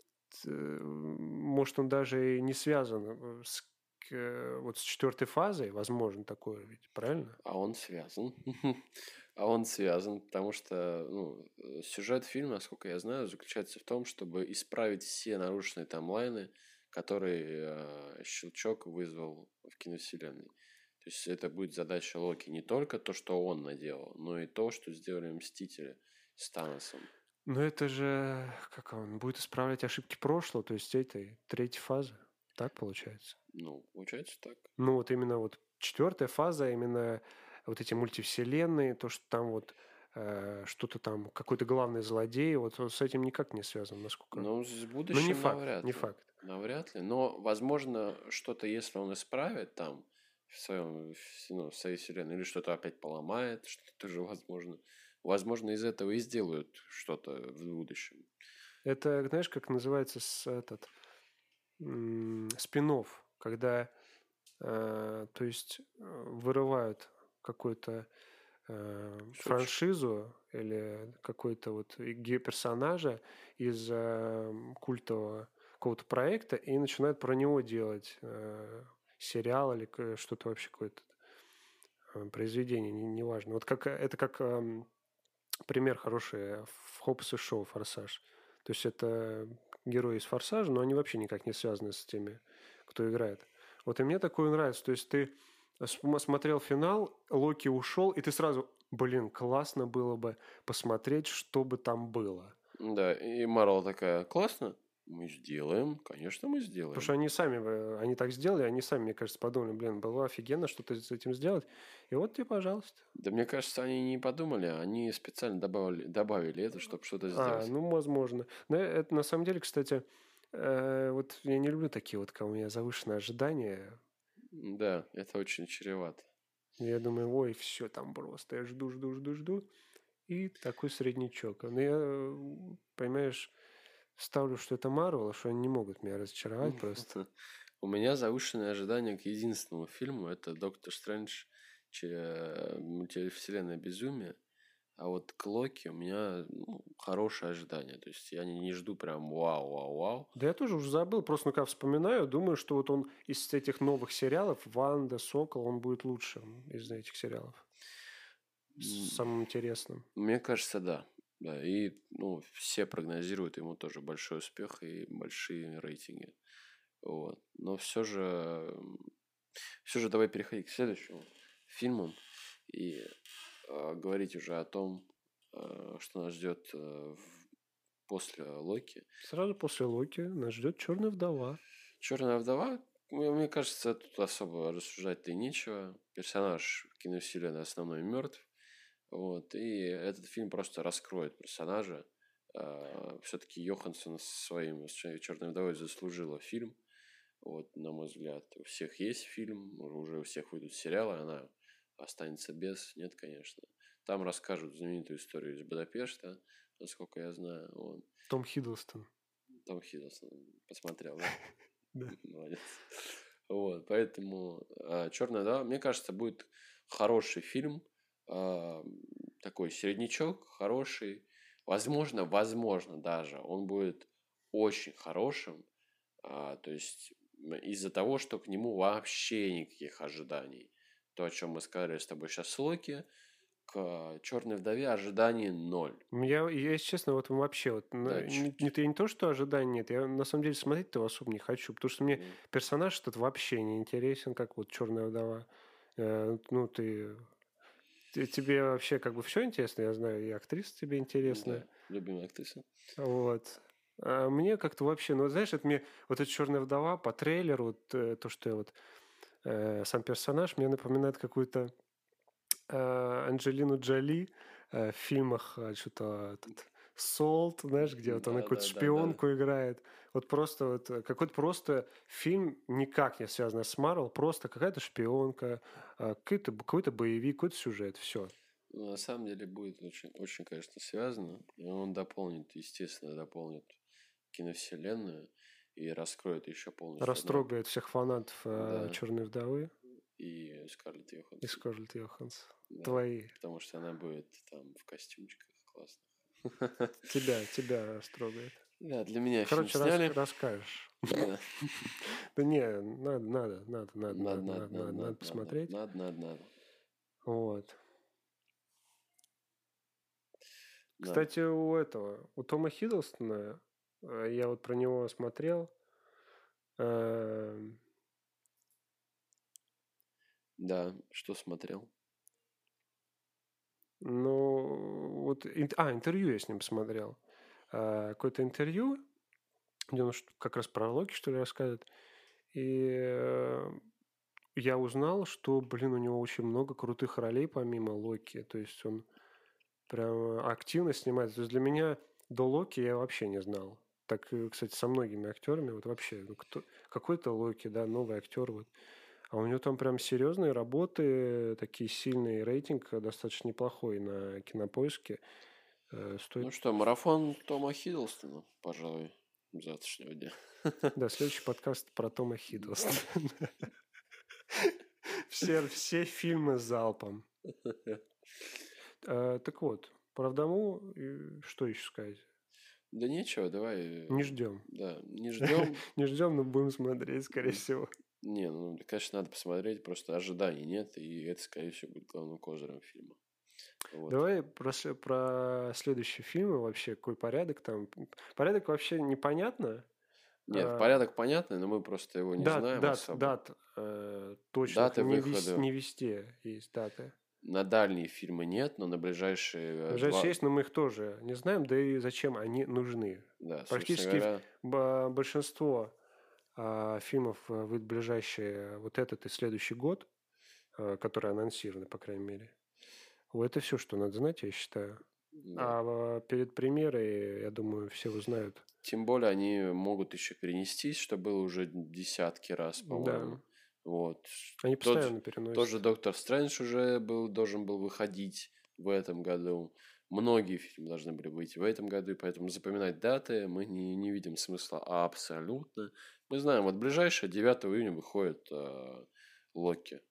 может, он даже и не связан вот с четвертой фазой, возможно, такое ведь, правильно? А он связан. А он связан, потому что сюжет фильма, насколько я знаю, заключается в том, чтобы исправить все нарушенные таймлайны, которые Щелчок вызвал в киновселенной. То есть это будет задача Локи не только то, что он наделал, но и то, что сделали Мстители с Таносом. Но это же, как он, будет исправлять ошибки прошлого, то есть этой третьей фазы. Так получается? Ну, получается так. Ну, вот именно вот четвертая фаза, именно вот эти мультивселенные, то, что там вот что-то там, какой-то главный злодей, вот с этим никак не связано, насколько... Ну, с Ну, не будущим факт, навряд не ли. факт. Навряд ли. Но, возможно, что-то, если он исправит там в своей вселенной, или что-то опять поломает, что-то тоже возможно. Возможно, из этого и сделают что-то в будущем. Это, знаешь, как называется спин-офф, когда, то есть, вырывают какую-то франшизу или какой-то вот персонажа из культового какого-то проекта и начинают про него делать сериал или что-то вообще какое-то произведение, неважно. Вот это как пример хороший в Хопс и Шоу «Форсаж». То есть это герои из «Форсажа», но они вообще никак не связаны с теми, кто играет. Вот и мне такое нравится. То есть ты смотрел финал, Локи ушел, и ты сразу, блин, классно было бы посмотреть, что бы там было. Да, и Марвел такая, классно, мы сделаем, конечно, мы сделаем. Потому что они так сделали, они сами, мне кажется, подумали, блин, было офигенно что-то с этим сделать. И вот тебе, пожалуйста. Да мне кажется, они не подумали, они специально добавили это, чтобы что-то сделать. Ну, возможно. Но это на самом деле, кстати, вот я не люблю такие вот, когда у меня завышенные ожидания. Да, это очень чревато. Я думаю, ой, все там просто. Я жду. И такой среднячок. Но я, понимаешь, ставлю, что это Марвел, что они не могут меня разочаровать просто. У меня завышенные ожидания к единственному фильму. Это «Доктор Стрэндж мультивселенная безумие. А вот к Локи у меня хорошее ожидание. То есть я не жду прям вау-вау-вау. Да я тоже уже забыл, просто когда вспоминаю, думаю, что вот он из этих новых сериалов, Ванда, Сокол, он будет лучшим из этих сериалов. Самым интересным. Мне кажется, да. Да, и все прогнозируют ему тоже большой успех и большие рейтинги. Вот. Но все же давай переходить к следующему фильму и говорить уже о том, что нас ждет после Локи. Сразу после Локи нас ждет Черная вдова. Черная вдова, мне кажется, тут особо рассуждать-то и нечего. Персонаж киновселенной основной мертв. Вот. И этот фильм просто раскроет персонажа. Все-таки Йоханссон со своим Черной вдовой заслужила фильм. Вот, на мой взгляд, у всех есть фильм, уже у всех выйдут сериалы, она останется без. Нет, конечно. Там расскажут знаменитую историю из Будапешта, насколько я знаю. Вот. Том Хиддлстон. Том Хиддлстон посмотрел, да? Да. Молодец. Вот, поэтому Черная вдова, мне кажется, будет хороший фильм. Такой середнячок, хороший. Возможно, даже он будет очень хорошим. То есть из-за того, что к нему вообще никаких ожиданий. То, о чем мы сказали с тобой сейчас с Локи, к Черной вдове ожиданий 0. Я, если честно, вот вообще вот, Да, не то, что ожиданий нет, я на самом деле смотреть-то особо не хочу, потому что мне персонаж этот вообще не интересен, как вот Черная вдова. Тебе вообще как бы все интересно, я знаю, и актриса тебе интересна. Да, любимая актриса. Вот. А мне как-то вообще, знаешь, это мне вот эта Черная вдова по трейлеру, вот, то, что я вот сам персонаж мне напоминает какую-то Анджелину Джоли в фильмах что-то Солт, знаешь, где вот она какую-то шпионку играет. Вот просто вот какой-то просто фильм никак не связанный с Марвел, просто какая-то шпионка, какой-то боевик, какой-то сюжет, все. На самом деле будет очень, очень, конечно, связано. И он естественно, дополнит киновселенную и раскроет еще полностью. Растрогает всех фанатов Черной вдовы. И Скарлетт Йоханссон. И Скарлетт Йоханссон. Да, Твои. потому что она будет там в костюмчиках классно. Тебя растрогает. Да, для меня Короче, фильм сняли. Расскажешь. Да. Да не, надо посмотреть. Надо. Вот. Кстати, у Тома Хиддлстона, я вот про него смотрел. Да, что смотрел? Интервью я с ним посмотрел. Какое-то интервью, где он как раз про Локи, что ли, рассказывает. И я узнал, что, у него очень много крутых ролей помимо Локи. То есть он прям активно снимается. То есть для меня до Локи я вообще не знал. Так, кстати, со многими актерами, вот вообще, какой-то Локи, да, новый актер, вот. А у него там прям серьезные работы, такие сильные, рейтинг достаточно неплохой на Кинопоиске. Стоит... Ну что, марафон Тома Хиддлстона, пожалуй, завтрашнего дня. Да, следующий подкаст про Тома Хиддлстона. Все фильмы залпом. Так вот, про вдову, что еще сказать? Да нечего, давай. Не ждем. Да, не ждем. Не ждем, но будем смотреть, скорее всего. Не, конечно, надо посмотреть, просто ожиданий нет, и это, скорее всего, будет главным козырем фильма. Вот. Давай про следующие фильмы вообще, какой порядок там. Порядок вообще непонятно. Нет, порядок понятный, но мы просто его не знаем особо. Дат точно. Даты выхода. Не везде есть даты. На дальние фильмы нет, но на ближайшие... есть, но мы их тоже не знаем, да и зачем они нужны. Да, практически большинство фильмов выйдут в ближайшие вот этот и следующий год, которые анонсированы, по крайней мере. Вот это все, что надо знать, я считаю. Да. А перед премьерой, я думаю, все узнают. Тем более они могут еще перенестись, что было уже десятки раз, по-моему. Да. Вот. Они постоянно переносят. Тоже Доктор Стрэндж уже должен был выходить в этом году. Многие фильмы должны были выйти в этом году, и поэтому запоминать даты мы не видим смысла абсолютно. Мы знаем, вот ближайшее 9 июня выходит Локи.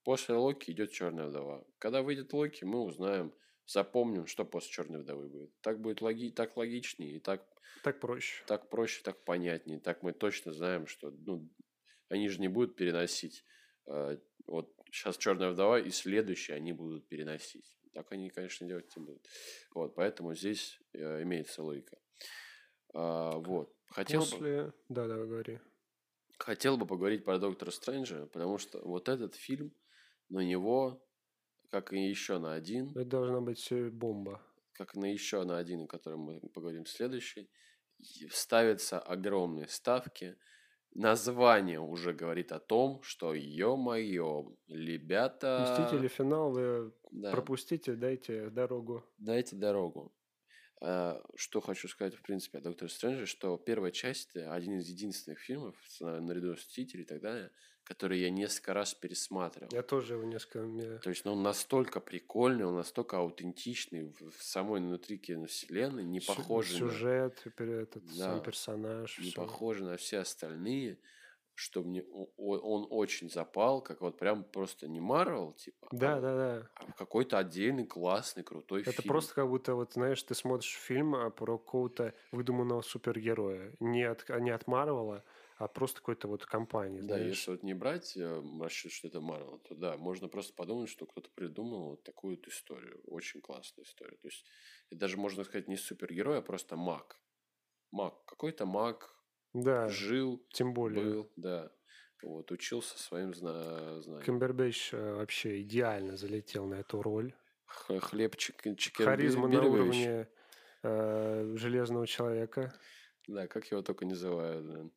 После Локи идет Черная вдова. Когда выйдет Локи, мы узнаем, запомним, что после Черной вдовы будет. Так будет так логичнее и так проще. Так проще, так понятнее. Так мы точно знаем, что они же не будут переносить. Вот сейчас Черная вдова и следующие они будут переносить. Так они, конечно, делать не будут. Вот, поэтому здесь имеется логика. Вот. Да, говори. Хотел бы поговорить про Доктора Стрэнджа, потому что вот этот фильм, на него, как и еще на один... Это должна быть бомба. Как на еще на один, о котором мы поговорим следующий, ставятся огромные ставки. Название уже говорит о том, что ё-моё, ребята... Мстители финал, вы пропустите, дайте дорогу. Дайте дорогу. Что хочу сказать, в принципе, о Докторе Стрэнджа, что первая часть – один из единственных фильмов, наряду с «Мстителями» и так далее, который я несколько раз пересматривал. Я тоже его несколько... То есть, он настолько прикольный, он настолько аутентичный в самой внутри киновселенной, не похожий сюжет, сам персонаж. Не похожий на все остальные, что мне он очень запал, как вот прям просто не Марвел, типа, да. А какой-то отдельный, классный, крутой фильм. Это просто как будто, вот знаешь, ты смотришь фильм про какого-то выдуманного супергероя. Не от Марвела, а просто какой-то вот компании. Да, знаешь. если вот не брать расчет, что это Марвел, то да, можно просто подумать, что кто-то придумал вот такую вот историю. Очень классная история. То есть, это даже можно сказать не супергерой, а просто маг. Какой-то маг жил, тем более. был, да. Вот, учился своим знанием. Камбербэтч вообще идеально залетел на эту роль. Хлебчик. Харизма на уровне Железного человека. Да, как его только называют.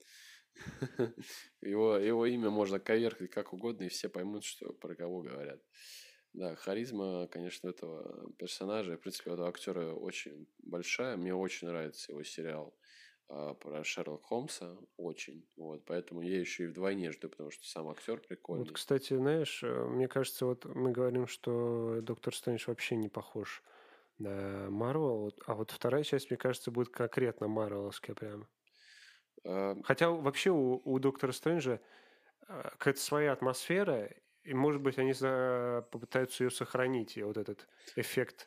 Его имя можно коверкать как угодно, и все поймут, что про кого говорят. Да, харизма, конечно, этого персонажа, в принципе, этого актера очень большая. Мне очень нравится его сериал про Шерлока Холмса. Очень. Вот, поэтому я еще и вдвойне жду, потому что сам актер прикольный. Вот, кстати, знаешь, мне кажется, вот мы говорим, что Доктор Стрэндж вообще не похож на Марвел, а вот вторая часть, мне кажется, будет конкретно марвеловская прям. Хотя вообще у Доктора Стрэнджа какая-то своя атмосфера, и, может быть, они попытаются ее сохранить, и вот этот эффект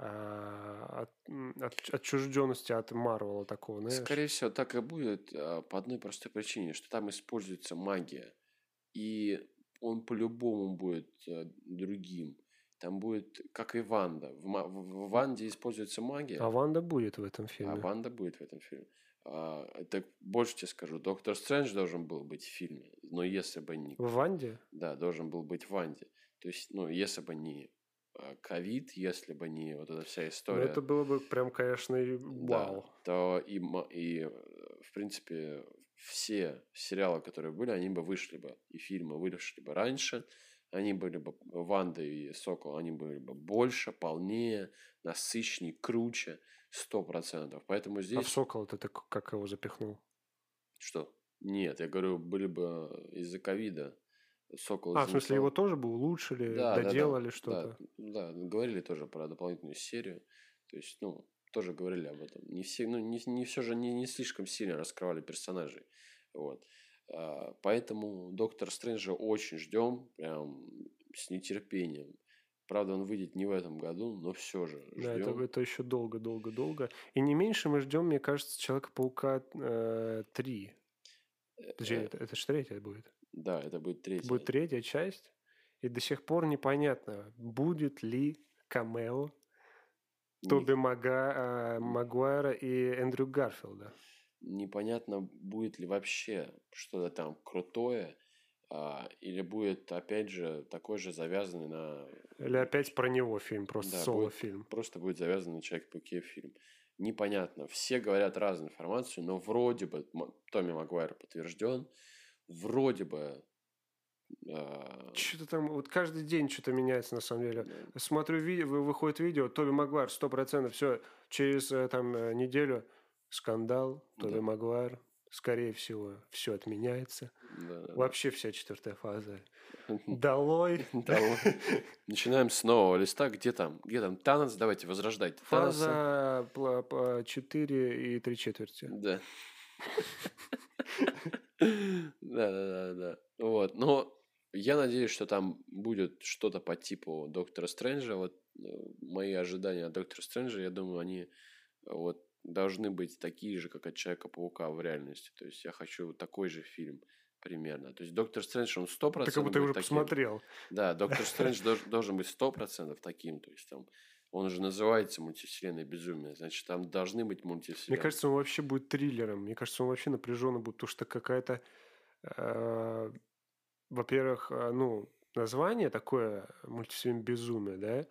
отчужденности от Марвела такого, знаешь? Скорее всего, так и будет по одной простой причине, что там используется магия, и он по-любому будет другим. Там будет, как и Ванда. В Ванде используется магия. А Ванда будет в этом фильме. Так больше тебе скажу, Доктор Стрэндж должен был быть в фильме, но если бы не... В Ванде? Да, должен был быть в Ванде. То есть, если бы не ковид, если бы не вот эта вся история... Ну, это было бы прям, конечно, вау. Да, то и в принципе, все сериалы, которые были, они бы вышли бы, и фильмы вышли бы раньше, они были бы, Ванда и Сокол, они были бы больше, полнее, насыщеннее, круче, 100%. Поэтому здесь... А в Сокол ты как его запихнул? Что? Нет, я говорю, были бы из-за ковида. Сокол в смысле, его тоже бы улучшили, доделали что-то? Да, говорили тоже про дополнительную серию. То есть, тоже говорили об этом. Не все, все же не слишком сильно раскрывали персонажей. Вот. Поэтому Доктор Стрэнджа очень ждем, прям с нетерпением. Правда, он выйдет не в этом году, но все же ждем. Да, это еще долго. И не меньше мы ждем, мне кажется, Человека-паука 3. Подожди, это же третья будет. Да, это будет третья. Будет третья часть. И до сих пор непонятно, будет ли камео Тоби Магуайра и Эндрю Гарфилда. Непонятно, будет ли вообще что-то там крутое, или будет, опять же, такой же завязанный на... Или опять про него фильм, просто соло-фильм. Просто будет завязан на Человеке-пауке фильм. Непонятно. Все говорят разную информацию, но вроде бы Тоби Магуайр подтвержден. Вроде бы... Что-то там, вот каждый день что-то меняется на самом деле. Смотрю, выходит видео, Тоби Магуайр 100%, все, через там неделю скандал, Тоби Магуайр, скорее всего, все отменяется. Вообще вся четвертая фаза. Долой. Начинаем с нового листа. Где там Танос? Давайте возрождать Фаза 4 и 3/4. Да. Да. Вот. Но я надеюсь, что там будет что-то по типу Доктора Стрэнджа. Вот мои ожидания от Доктора Стрэнджа, я думаю, они вот должны быть такие же, как от Человека-паука в реальности. То есть я хочу такой же фильм примерно. То есть Доктор Стрэндж, он Ты как 100% будто будет уже таким же. посмотрел. Да, Доктор Стрэндж должен быть 100% таким. То есть там он уже называется мультивселенной безумия. Значит, там должны быть Мне мультивселенные. кажется, он вообще будет триллером. Мне кажется, он вообще напряженный будет, потому что какая-то, во-первых, название такое мультфильм «Безумие», да,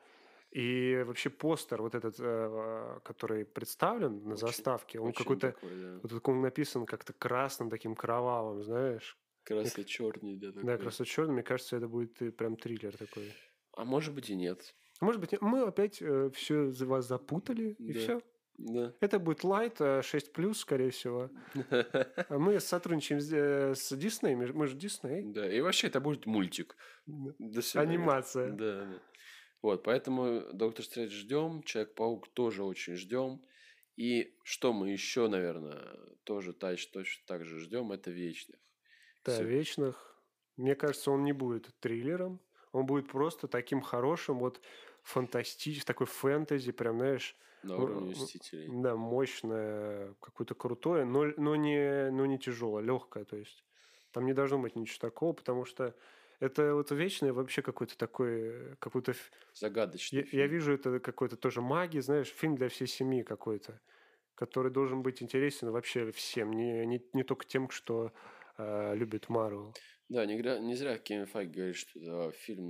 и вообще постер вот этот, который представлен на Очень, заставке, он очень какой-то, такой, да. вот он написан как-то красным, таким кровавым, знаешь. Красно-черный, да, Да, такой. красно-черный, мне кажется, это будет прям триллер такой. А может быть и нет. Может быть, мы опять все вас запутали, и Да, все. да. Это будет Light 6+, скорее всего. А мы сотрудничаем с Disney, мы же Disney. Да, и вообще это будет мультик. Да. До свидания. Анимация. Да, да. Вот, поэтому Доктор Стрэндж ждем, Человек-паук тоже очень ждем. И что мы еще, наверное, тоже точно так же ждем, это Вечных. Да, Вечных. Мне кажется, он не будет триллером. Он будет просто таким хорошим, вот фантастическим, такой фэнтези, прям, знаешь, На уровне Мстителей. да, мощное, какое-то крутое, но не тяжелое, легкое, то есть. Там не должно быть ничего такого, потому что это вот Вечное вообще какой-то такой, какой-то... Загадочный Я фильм. вижу это какой-то тоже магии, знаешь, фильм для всей семьи какой-то, который должен быть интересен вообще всем, не только тем, кто любит Марвел. Да, не зря Кевин Файги говорит, что это фильм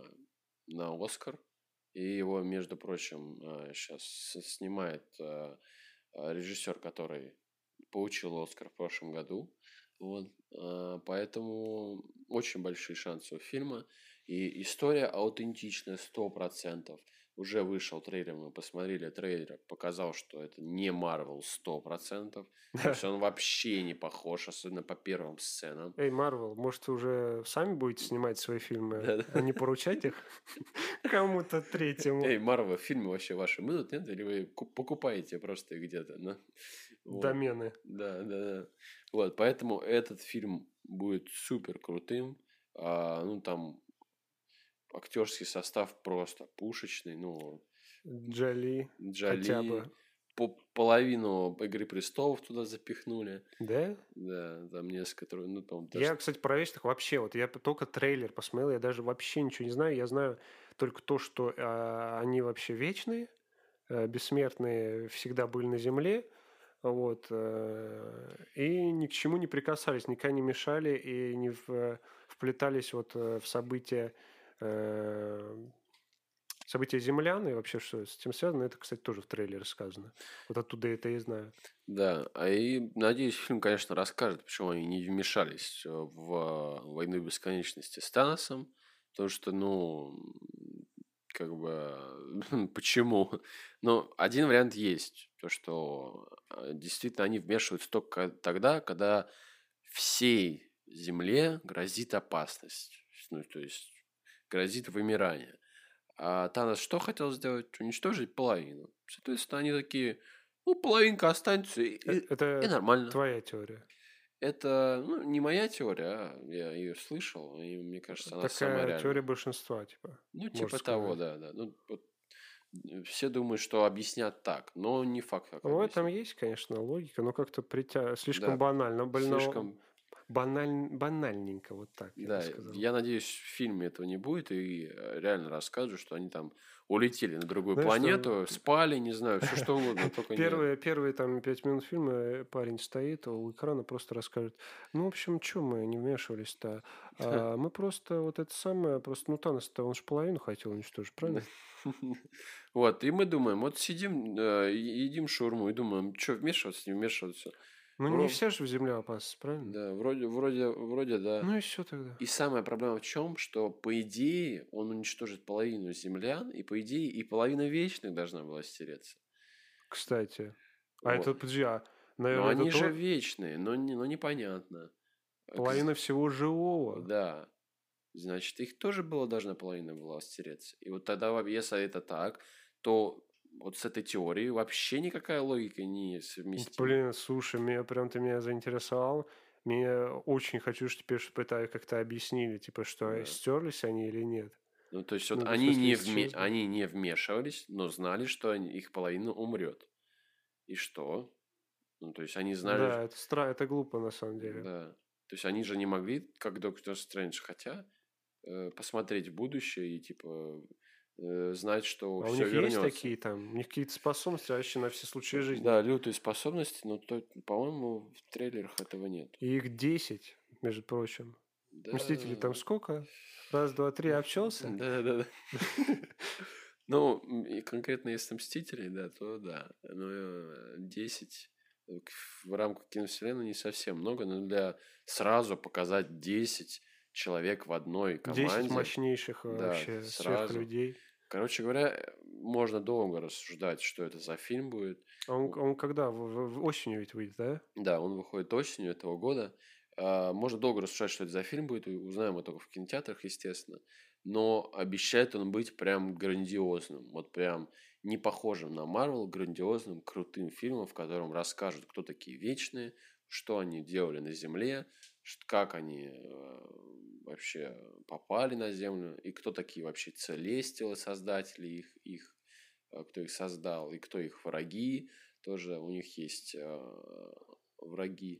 на Оскар. И его, между прочим, сейчас снимает режиссер, который получил Оскар в прошлом году. Вот. Поэтому очень большие шансы у фильма. И история аутентичная 100%. Уже вышел трейлер, мы посмотрели трейлер, показал, что это не Марвел 100%. То есть он вообще не похож, особенно по первым сценам. Эй, Марвел, может, вы уже сами будете снимать свои фильмы, а не поручать их кому-то третьему? Эй, Марвел, фильмы вообще ваши мылут, нет? Или вы покупаете просто их где-то? Ну? Вот. Домены. Да, да, да. Вот, поэтому этот фильм будет супер крутым. Ну, там актерский состав просто пушечный. Ну, Джоли хотя Джоли, бы. половину «Игры престолов» туда запихнули. Да? Да, там несколько, ну, там даже... Я, кстати, про Вечных вообще, вот я только трейлер посмотрел, я даже вообще ничего не знаю. Я знаю только то, что они вообще вечные, бессмертные, всегда были на Земле, вот, и ни к чему не прикасались, никогда не мешали и не вплетались вот в события землян и вообще, что с этим связано, это, кстати, тоже в трейлере сказано. Вот оттуда это и знаю. Да, и надеюсь, фильм, конечно, расскажет, почему они не вмешались в «Войну бесконечности» с Таносом, потому что, ну, как бы, почему? Но один вариант есть, то, что действительно они вмешиваются только тогда, когда всей Земле грозит опасность, ну, то есть грозит вымирание. А Танос что хотел сделать? Уничтожить половину. Соответственно, они такие, ну, половинка останется, и Это нормально. твоя теория. Это, ну, не моя теория, я ее слышал, и мне кажется, она самая Такая теория реальная. большинства, типа. Ну, типа можно того, сказать. да. Ну, вот, все думают, что объяснят так, но не факт, как В этом объяснят. есть, конечно, логика, но как-то слишком Да, банально. слишком... Банальненько, вот так я бы Да, сказал. я надеюсь, в фильме этого не будет, и реально расскажут, что они там улетели на другую Знаешь, что планету, спали, не знаю, все что угодно, только не это. первые там 5 минут фильма парень стоит у экрана, просто расскажет. Ну, в общем, что мы не вмешивались-то? Мы просто вот это самое, просто, ну, Танос-то он же половину хотел уничтожить, правильно? Вот, и мы думаем, вот сидим, едим шаурму и думаем, что вмешиваться, не вмешиваться. Ну, не вся же Земля опасность, правильно? Да, вроде да. Ну и все тогда. И самая проблема в чем, что по идее он уничтожит половину землян, и по идее и половина вечных должна была стереться. Кстати. А Вот. это, подожди, Но наверное, это они же то вечные, но непонятно. половина всего живого. Да. Значит, их тоже должна половина была стереться. И вот тогда, если это так, то вот с этой теорией вообще никакая логика не совместима. Блин, слушай, ты меня заинтересовал. Мне очень хочу, теперь, чтобы это как-то объяснили, типа, что Да. стерлись они или нет. Ну, то есть, вот Ну, в они смысле, не, исчезли. они не вмешивались, но знали, что их половина умрет. И что? Ну, то есть, они знали... Да, это глупо на самом деле. Да. То есть, они же не могли, как Доктор Стрэндж, хотя посмотреть в будущее и, типа, знать, что А у все них есть вернется. такие там, у них какие-то способности вообще на все случаи жизни. Да, лютые способности, но, по-моему, в трейлерах этого нет. И их 10, между прочим. Да, Мстители там сколько? Раз, два, три, обчелся? да. Ну, и конкретно если Мстители, да, то да. Но 10 в рамках киновселенной не совсем много, но для сразу показать 10 человек в одной 10 команде, мощнейших да, вообще сразу. сверхлюдей. Короче говоря, можно долго рассуждать, что это за фильм будет. А он когда? В осенью ведь выйдет, да? Да, он выходит осенью этого года. Можно долго рассуждать, что это за фильм будет. Узнаем мы только в кинотеатрах, естественно. Но обещает он быть прям грандиозным. Вот прям не похожим на Марвел, грандиозным, крутым фильмом, в котором расскажут, кто такие Вечные, что они делали на Земле, как они вообще попали на Землю, и кто такие вообще Целестилы, создатели кто их создал, и кто их враги. Тоже у них есть враги.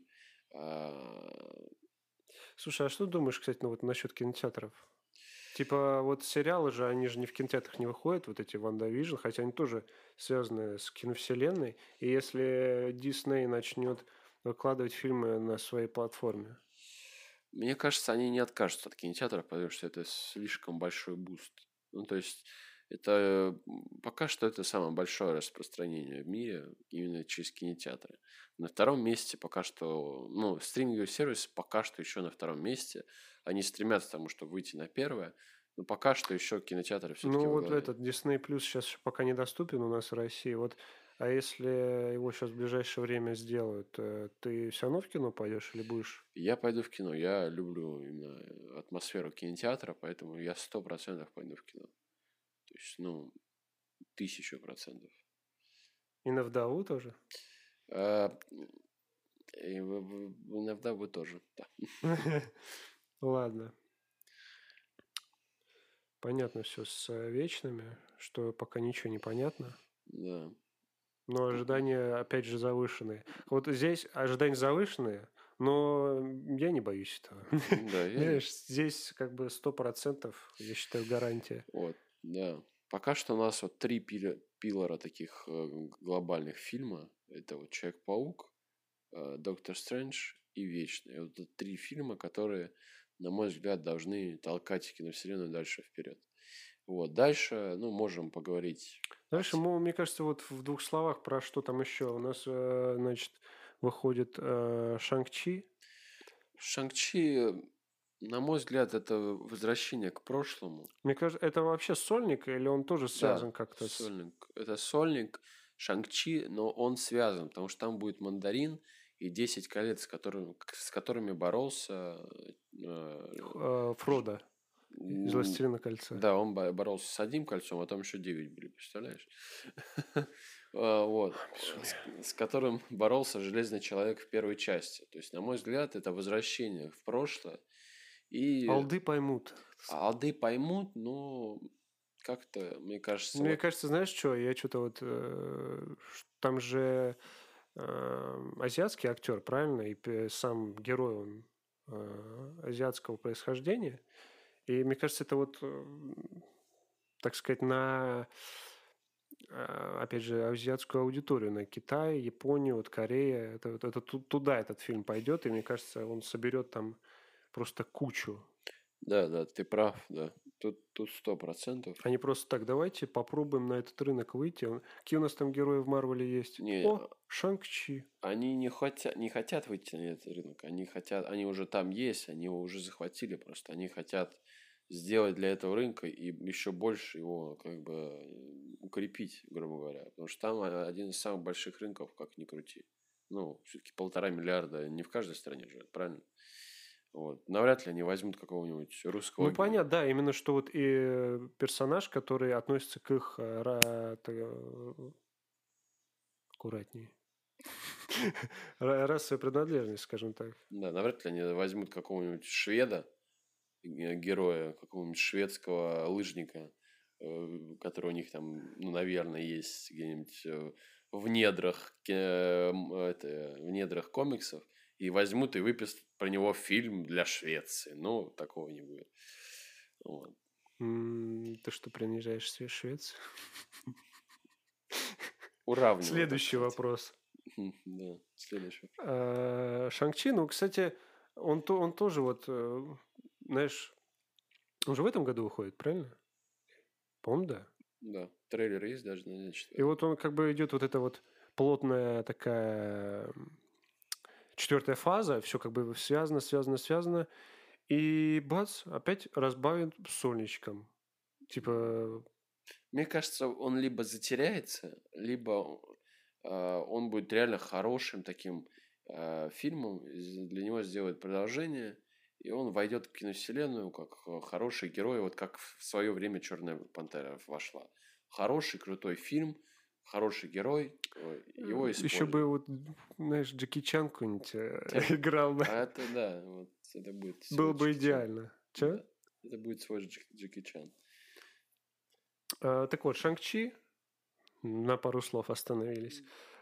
Слушай, а что думаешь, кстати, ну вот насчет кинотеатров? Типа вот сериалы же, они же не в кинотеатрах не выходят, вот эти Ванда Вижн, хотя они тоже связаны с киновселенной. И если Дисней начнет выкладывать фильмы на своей платформе, Мне кажется, они не откажутся от кинотеатров, потому что это слишком большой буст. Ну, то есть, это пока что это самое большое распространение в мире именно через кинотеатры. На втором месте пока что, ну, стриминговый сервис пока что еще на втором месте. Они стремятся к тому, чтобы выйти на первое, но пока что еще кинотеатры все-таки ну во вот главе. этот Disney Plus сейчас еще пока недоступен у нас в России. Вот, а если его сейчас в ближайшее время сделают, ты все равно в кино пойдешь или будешь? Я пойду в кино. Я люблю именно атмосферу кинотеатра, поэтому я 100% пойду в кино. То есть, ну, 1000%. И на вдову тоже? А, и иногда вы тоже, да. Ладно. Понятно все с вечными, что пока ничего не понятно. Да. Но ожидания, опять же, завышенные. Вот здесь ожидания завышенные, но я не боюсь этого. Да, Знаешь, здесь как бы 100%, я считаю, гарантия. вот, да. Пока что у нас вот 3 пилора таких глобальных фильма. Это вот Человек-паук, Доктор Стрэндж и Вечный. И вот это 3 фильма, которые, на мой взгляд, должны толкать киновселенную дальше вперед. Вот, дальше, ну, можем поговорить. Дальше, мне кажется, вот в 2 словах про что там еще. У нас, значит, выходит Шанг-Чи. Шанг-Чи, на мой взгляд, это возвращение к прошлому. Мне кажется, это вообще сольник или он тоже связан Да, как-то с... сольник. Это сольник Шанг-Чи, но он связан, потому что там будет Мандарин и 10 колец, с которыми боролся... Фродо из «Властелина кольца». Да, он боролся с одним кольцом, а там еще 9 были, представляешь? Вот. С которым боролся Железный Человек в первой части. То есть, на мой взгляд, это возвращение в прошлое. И Алды поймут. алды поймут, но как-то, мне кажется, Мне вот... кажется, знаешь что, я что-то вот... там же азиатский актер, правильно? И сам герой, он азиатского происхождения. И мне кажется, это вот, так сказать, на, опять же, азиатскую аудиторию, на Китай, Японию, вот Корея. Это туда этот фильм пойдет, и мне кажется, он соберет там просто кучу. Да, ты прав, да. Тут 100%. Они просто так, давайте попробуем на этот рынок выйти. Какие у нас там герои в Марвеле есть? Не, О, Шанг-Чи. они не хотят выйти на этот рынок. Они уже там есть, они его уже захватили просто. Они хотят сделать для этого рынка и еще больше его как бы укрепить, грубо говоря. Потому что там один из самых больших рынков, как ни крути. Ну, все-таки 1,5 миллиарда не в каждой стране живет, правильно? Вот. Навряд ли они возьмут какого-нибудь русского... Ну, понятно, да, именно что вот и персонаж, который относится к их аккуратнее. Расовая принадлежность, скажем так. Да, навряд ли они возьмут какого-нибудь шведа, героя, какого-нибудь шведского лыжника, который у них там, ну, наверное, есть где-нибудь в недрах, в недрах комиксов, и возьмут и выпустят про него фильм для Швеции. Ну, такого не будет. Вот. Ты что, принижаешь Швецию? Уравниваю, так Следующий сказать. вопрос. Да, следующий. Шанг-Чи, ну, кстати, он тоже вот, знаешь, он же в этом году выходит, правильно? По-моему, да. Да, трейлер есть даже, значит. И вот он как бы идет вот эта вот плотная такая 4-я фаза, все как бы связано. И бац, опять разбавит сольничком. Типа, Мне кажется, он либо затеряется, либо он будет реально хорошим таким фильмом, для него сделают продолжение, и он войдет в киновселенную как хороший герой, вот как в свое время «Черная пантера» вошла. Хороший, крутой фильм, хороший герой, его еще бы используют. вот, знаешь, Джеки Чан какой-нибудь играл бы. А это да, вот это будет Было свой бы Джеки Чан. идеально. Че? Да, это будет свой Джеки Чан. Так вот, Шанг-Чи, на пару слов остановились.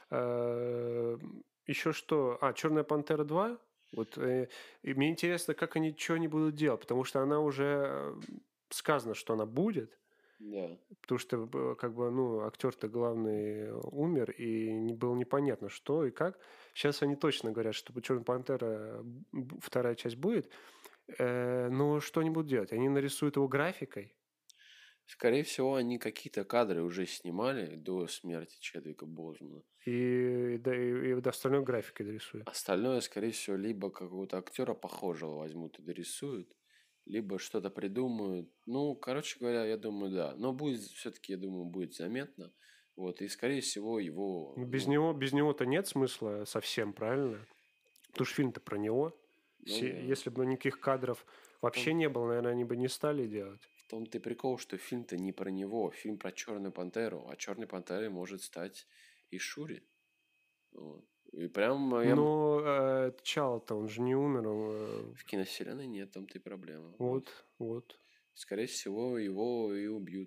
Еще что? «Черная пантера 2». Вот, и мне интересно, как что они будут делать, потому что она уже сказано, что она будет, Да. потому что как бы, ну, актер-то главный умер, и было непонятно, что и как. Сейчас они точно говорят, что «Черная пантера» вторая часть будет, но что они будут делать? Они нарисуют его графикой? Скорее всего, они какие-то кадры уже снимали до смерти Чедвика Бозмана. И остальное графикой дорисуют. Остальное, скорее всего, либо какого-то актера похожего возьмут и дорисуют, либо что-то придумают. Ну, короче говоря, я думаю, да. Но будет все-таки, я думаю, будет заметно. Вот, и, скорее всего, его... Без него-то нет смысла совсем, правильно? Потому что фильм-то про него. Ну, да. Если бы никаких кадров вообще не было, наверное, они бы не стали делать. В том-то и прикол, что фильм-то не про него. Фильм про Черную пантеру. А Черной пантерой может стать и Шури. Вот. И прям Но Чал-то, он же не умер. в киновселенной нет, там-то и проблема. Вот. Скорее всего, его и убьют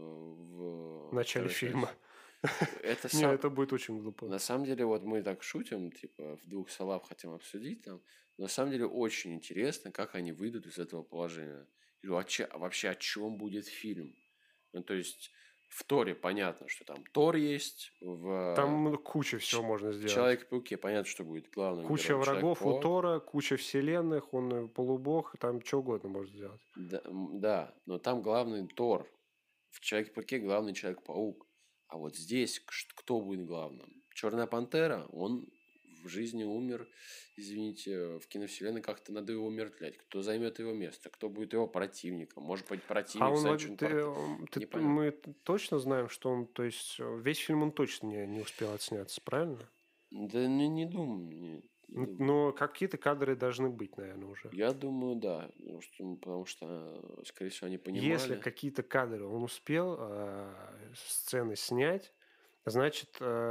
В начале второй фильма. части. Это Не, это будет очень глупо. На самом деле, вот мы так шутим, типа, в двух словах хотим обсудить там. Но на самом деле очень интересно, как они выйдут из этого положения. И вообще о чем будет фильм? Ну, то есть, в Торе понятно, что там Тор есть, Там куча всего можно в сделать. Человеке-пауке понятно, что будет главным Куча героем врагов у Человек-паук. Тора, куча вселенных, он полубог, там что угодно может сделать. Да, но там главный Тор. В Человеке-пауке главный Человек-паук. А вот здесь кто будет главным? Черная пантера, он в жизни умер, извините, в киновселенной как-то надо его умертвлять. Кто займет его место? Кто будет его противником? Может быть, противник станет Черной Непонятно. Мы точно знаем, что он, то есть, весь фильм он точно не успел отсняться, правильно? Да не думаю. Не думаю. Но какие-то кадры должны быть, наверное, уже. Я думаю, да. Потому что, скорее всего, они понимали. Если какие-то кадры он успел сцены снять, значит,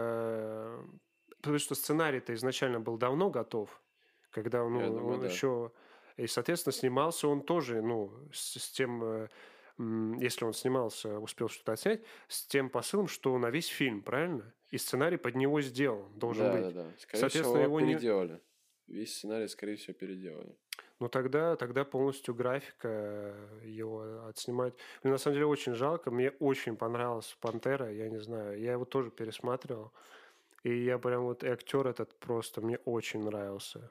потому что сценарий-то изначально был давно готов, когда он, думаю, он да. еще... И, соответственно, снимался он тоже, ну, с тем... Если он снимался, успел что-то отснять, с тем посылом, что на весь фильм, правильно? И сценарий под него сделан, должен быть. Да. Скорее всего, его не... переделали. Весь сценарий, скорее всего, переделали. Ну, тогда полностью графика его отснимать. Мне на самом деле очень жалко. Мне очень понравилась «Пантера». Я не знаю. Я его тоже пересматривал. И я прям вот... И актер этот просто мне очень нравился.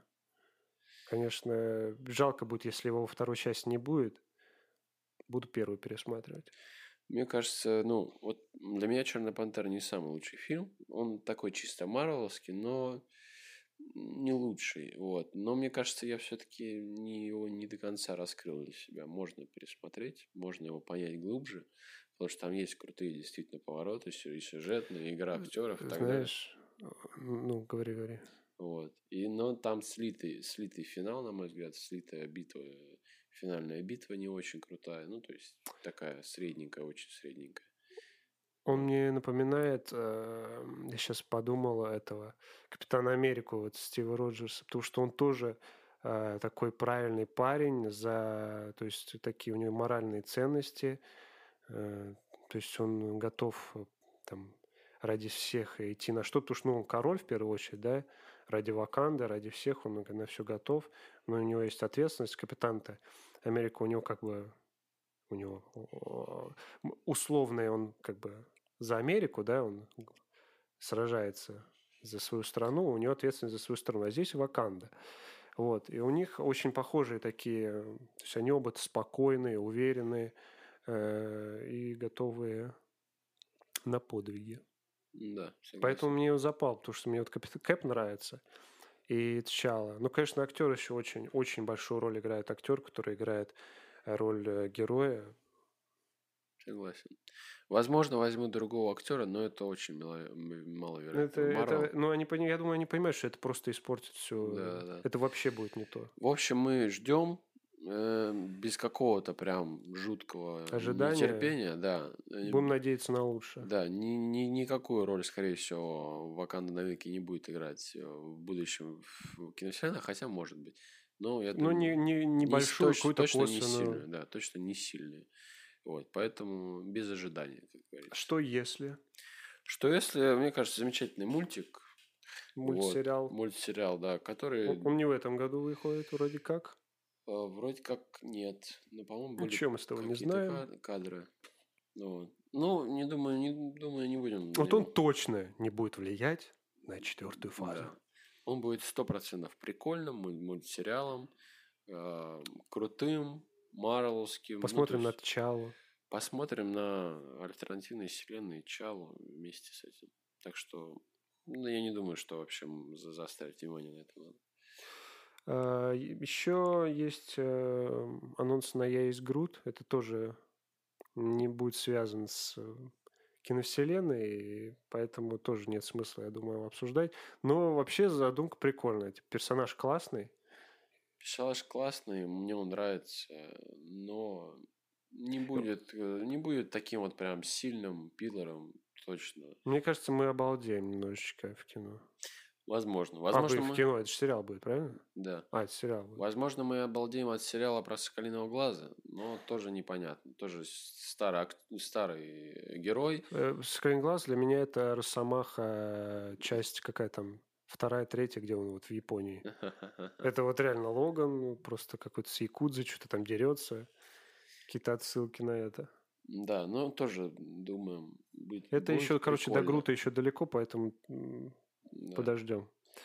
Конечно, жалко будет, если его во второй части не будет. Буду первую пересматривать. Мне кажется, ну, вот для меня «Черная пантера» не самый лучший фильм. Он такой чисто марвеловский, но не лучший. Вот. Но мне кажется, я все-таки его не до конца раскрыл для себя. Можно пересмотреть, можно его понять глубже, потому что там есть крутые действительно повороты, и сюжетные, игра актеров и так далее. Знаешь, ну, говори. Вот. Но там слитый финал, на мой взгляд, слитая битва, финальная битва не очень крутая. Ну, то есть такая средненькая, очень средненькая. Он мне напоминает, я сейчас подумал этого, Капитана Америку, вот Стива Роджерса, потому что он тоже такой правильный парень, то есть такие у него моральные ценности, то есть он готов там ради всех идти на что, потому что он король в первую очередь, да, ради Ваканды, ради всех он на все готов, но у него есть ответственность. Капитан-то Америка, у него как бы у него условный, он как бы за Америку, да, он сражается за свою страну, у него ответственность за свою страну, а здесь Ваканда. Вот, и у них очень похожие такие, то есть они оба спокойные, уверенные и готовые на подвиги. Да, Поэтому согласен. мне его запал, потому что мне вот Кэп нравится. И Тчала. Ну, конечно, актер еще очень большую роль играет. Актер, который играет роль героя. Согласен. Возможно, возьму другого актера, но это очень маловероятно. Марвел. Ну, я думаю, они понимают, что это просто испортит все. Да, да. Это вообще будет не то. В общем, мы ждем без какого-то прям жуткого Ожидания. нетерпения, да. Будем надеяться на лучшее. Да, никакую роль, скорее всего, Ваканда навеки не будет играть в будущем в киновселенной, хотя может быть. Но я Ну, думаю, небольшую какую-то точно не косвенную. сильную, да, точно не сильную. Вот, поэтому без ожидания, как говорится. Что если? Что если, мне кажется, замечательный мультик. Мультсериал. Вот, мультсериал, да, который... Он не в этом году выходит, вроде как. Вроде как нет. Но, по-моему, были Ничего мы с тобой не какие-то знаем. кадры. Вот. Ну, не думаю, не будем. Вот он точно не будет влиять на 4-ю фазу. Да. Он будет 100% прикольным мультсериалом, крутым, марвеловским. Посмотрим на Тчалу. Посмотрим на альтернативные вселенные Чалу вместе с этим. Так что я не думаю, что вообще заострять внимание на этом надо. Еще есть анонс на «Я есть Грут». Это тоже не будет связан с киновселенной, и поэтому тоже нет смысла, я думаю, его обсуждать. Но вообще задумка прикольная. Персонаж классный. Персонаж классный, мне он нравится, но не будет таким вот прям сильным пилором, точно. Мне кажется, мы обалдеем немножечко в кино. Возможно. В кино, это же сериал будет, правильно? Да. Это сериал будет. Возможно, мы обалдеем от сериала про Соколиного глаза, но тоже непонятно. Тоже старый герой. «Соколиный глаз» для меня это Росомаха, часть какая там, 2-я, 3-я, где он вот в Японии. Это вот реально Логан, просто какой-то с якудзой, что-то там дерется. Какие-то отсылки на это. Да, но тоже думаем. Это еще, короче, до прикольно. Грута еще далеко, поэтому Да. подождем.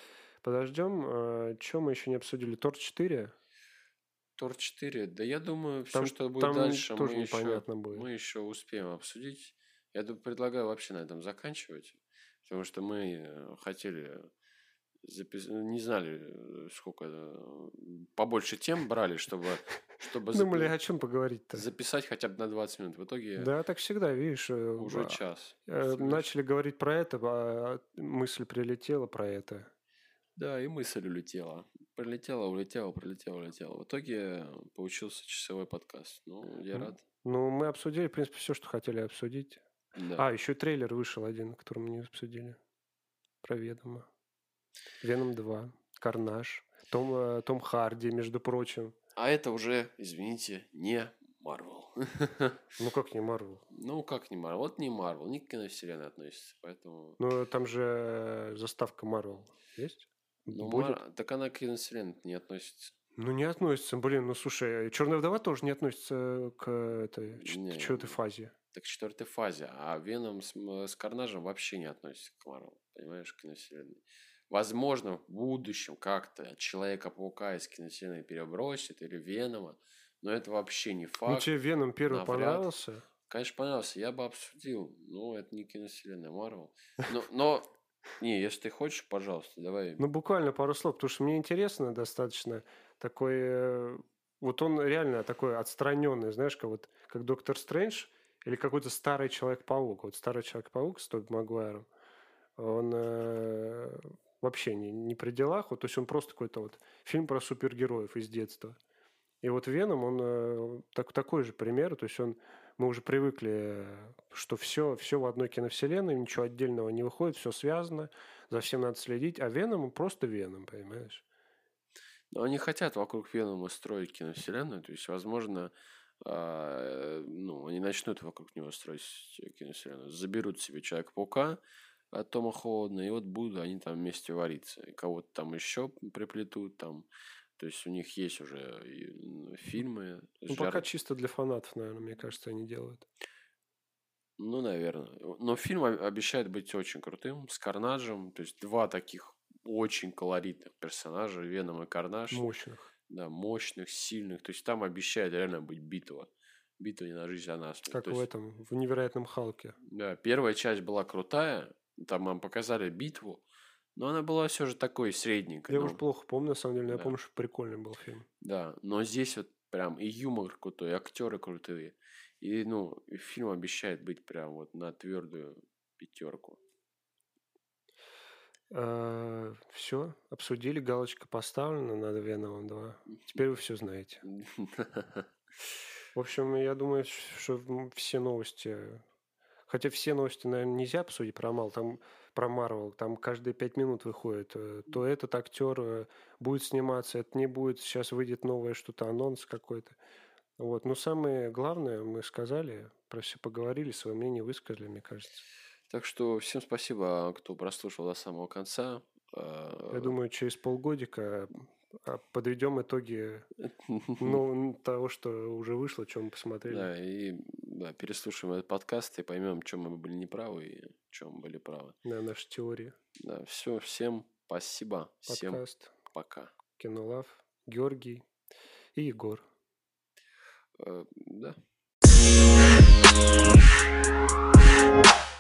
Что мы еще не обсудили? Тор 4? Тор 4, да я думаю, Там- все, что будет там дальше, тоже непонятно будет. мы еще успеем обсудить. Я предлагаю вообще на этом заканчивать, потому что мы хотели не знали, сколько побольше тем брали, чтобы Думали, о чем поговорить-то? записать хотя бы на 20 минут. В итоге Да, так всегда, видишь. уже час. Начали говорить про это, а мысль прилетела про это. Да, и мысль улетела. Прилетела, улетела, прилетела, улетела. В итоге получился часовой подкаст. Ну, я рад. Ну, мы обсудили, в принципе, все, что хотели обсудить. Да. Еще трейлер вышел один, который мы не обсудили. Про Венома. Веном 2. Карнаж. Том Харди, между прочим. А это уже, извините, не Марвел. Ну, как не Марвел? Ну, как не Марвел? Вот не Марвел, не к киновселенной относится, поэтому... Ну, там же заставка Марвел есть? Ну, Будет? так она к киновселенной не относится. Ну, не относится, блин. Ну, слушай, «Черная вдова» тоже не относится к этой Не. 4-й фазе. Так к 4-й фазе. А Веном с Карнажем вообще не относится к Марвел. Понимаешь, к киновселенной. Возможно, в будущем как-то Человека-паука из киновселенной перебросит или Венома. Но это вообще не факт. Ну, тебе Веном первый навряд. понравился? Конечно, понравился. Я бы обсудил. Ну, это не киновселенная Марвел. Но не, если ты хочешь, пожалуйста, давай. Ну, буквально пару слов, потому что мне интересно достаточно такой... Вот он реально такой отстраненный, знаешь, как Доктор Стрэндж или какой-то старый Человек-паук. Вот старый Человек-паук с Тоби Магуайром, он вообще не при делах. Вот, то есть он просто какой-то вот фильм про супергероев из детства. И вот Веном, он такой же пример, то есть мы уже привыкли, что все в одной киновселенной, ничего отдельного не выходит, все связано, за всем надо следить, а Веном он просто Веном, понимаешь? Но они хотят вокруг Венома строить киновселенную, то есть, возможно, они начнут вокруг него строить киновселенную, заберут себе Человека-паука от Тома Холланда, и вот будут они там вместе вариться, и кого-то там еще приплетут там. То есть у них есть уже фильмы. Ну, пока чисто для фанатов, наверное, мне кажется, они делают. Ну, наверное. Но фильм обещает быть очень крутым, с Карнаджем. То есть два таких очень колоритных персонажа, Веном и Карнаж. Мощных. Да, мощных, сильных. То есть там обещает реально быть битва. Битва не на жизнь, а на смерть. Как в этом, в «Невероятном Халке». Да, первая часть была крутая. Там нам показали битву. Но она была все же такой средненькой. Я уже плохо помню, на самом деле, но я помню, что прикольный был фильм. Да, но здесь вот прям и юмор крутой, и актеры крутые. И, и фильм обещает быть прям вот на твердую 5. Все, обсудили, галочка поставлена над Веномом 2. Теперь вы все знаете. В общем, я думаю, что все новости... Хотя все новости, наверное, нельзя обсудить про Марвел. Там каждые 5 минут выходит. То этот актер будет сниматься, это не будет. Сейчас выйдет новое что-то, анонс какой-то. Вот. Но самое главное мы сказали, про все поговорили, свое мнение высказали, мне кажется. Так что всем спасибо, кто прослушал до самого конца. Я думаю, через полгодика подведем итоги того, что уже вышло, что мы посмотрели. Да, и переслушаем этот подкаст и поймем, в чем мы были неправы и в чем были правы. Да, наши теории. Да, все, всем спасибо. Подкаст. Всем пока. Кинолав, Георгий и Егор. Да.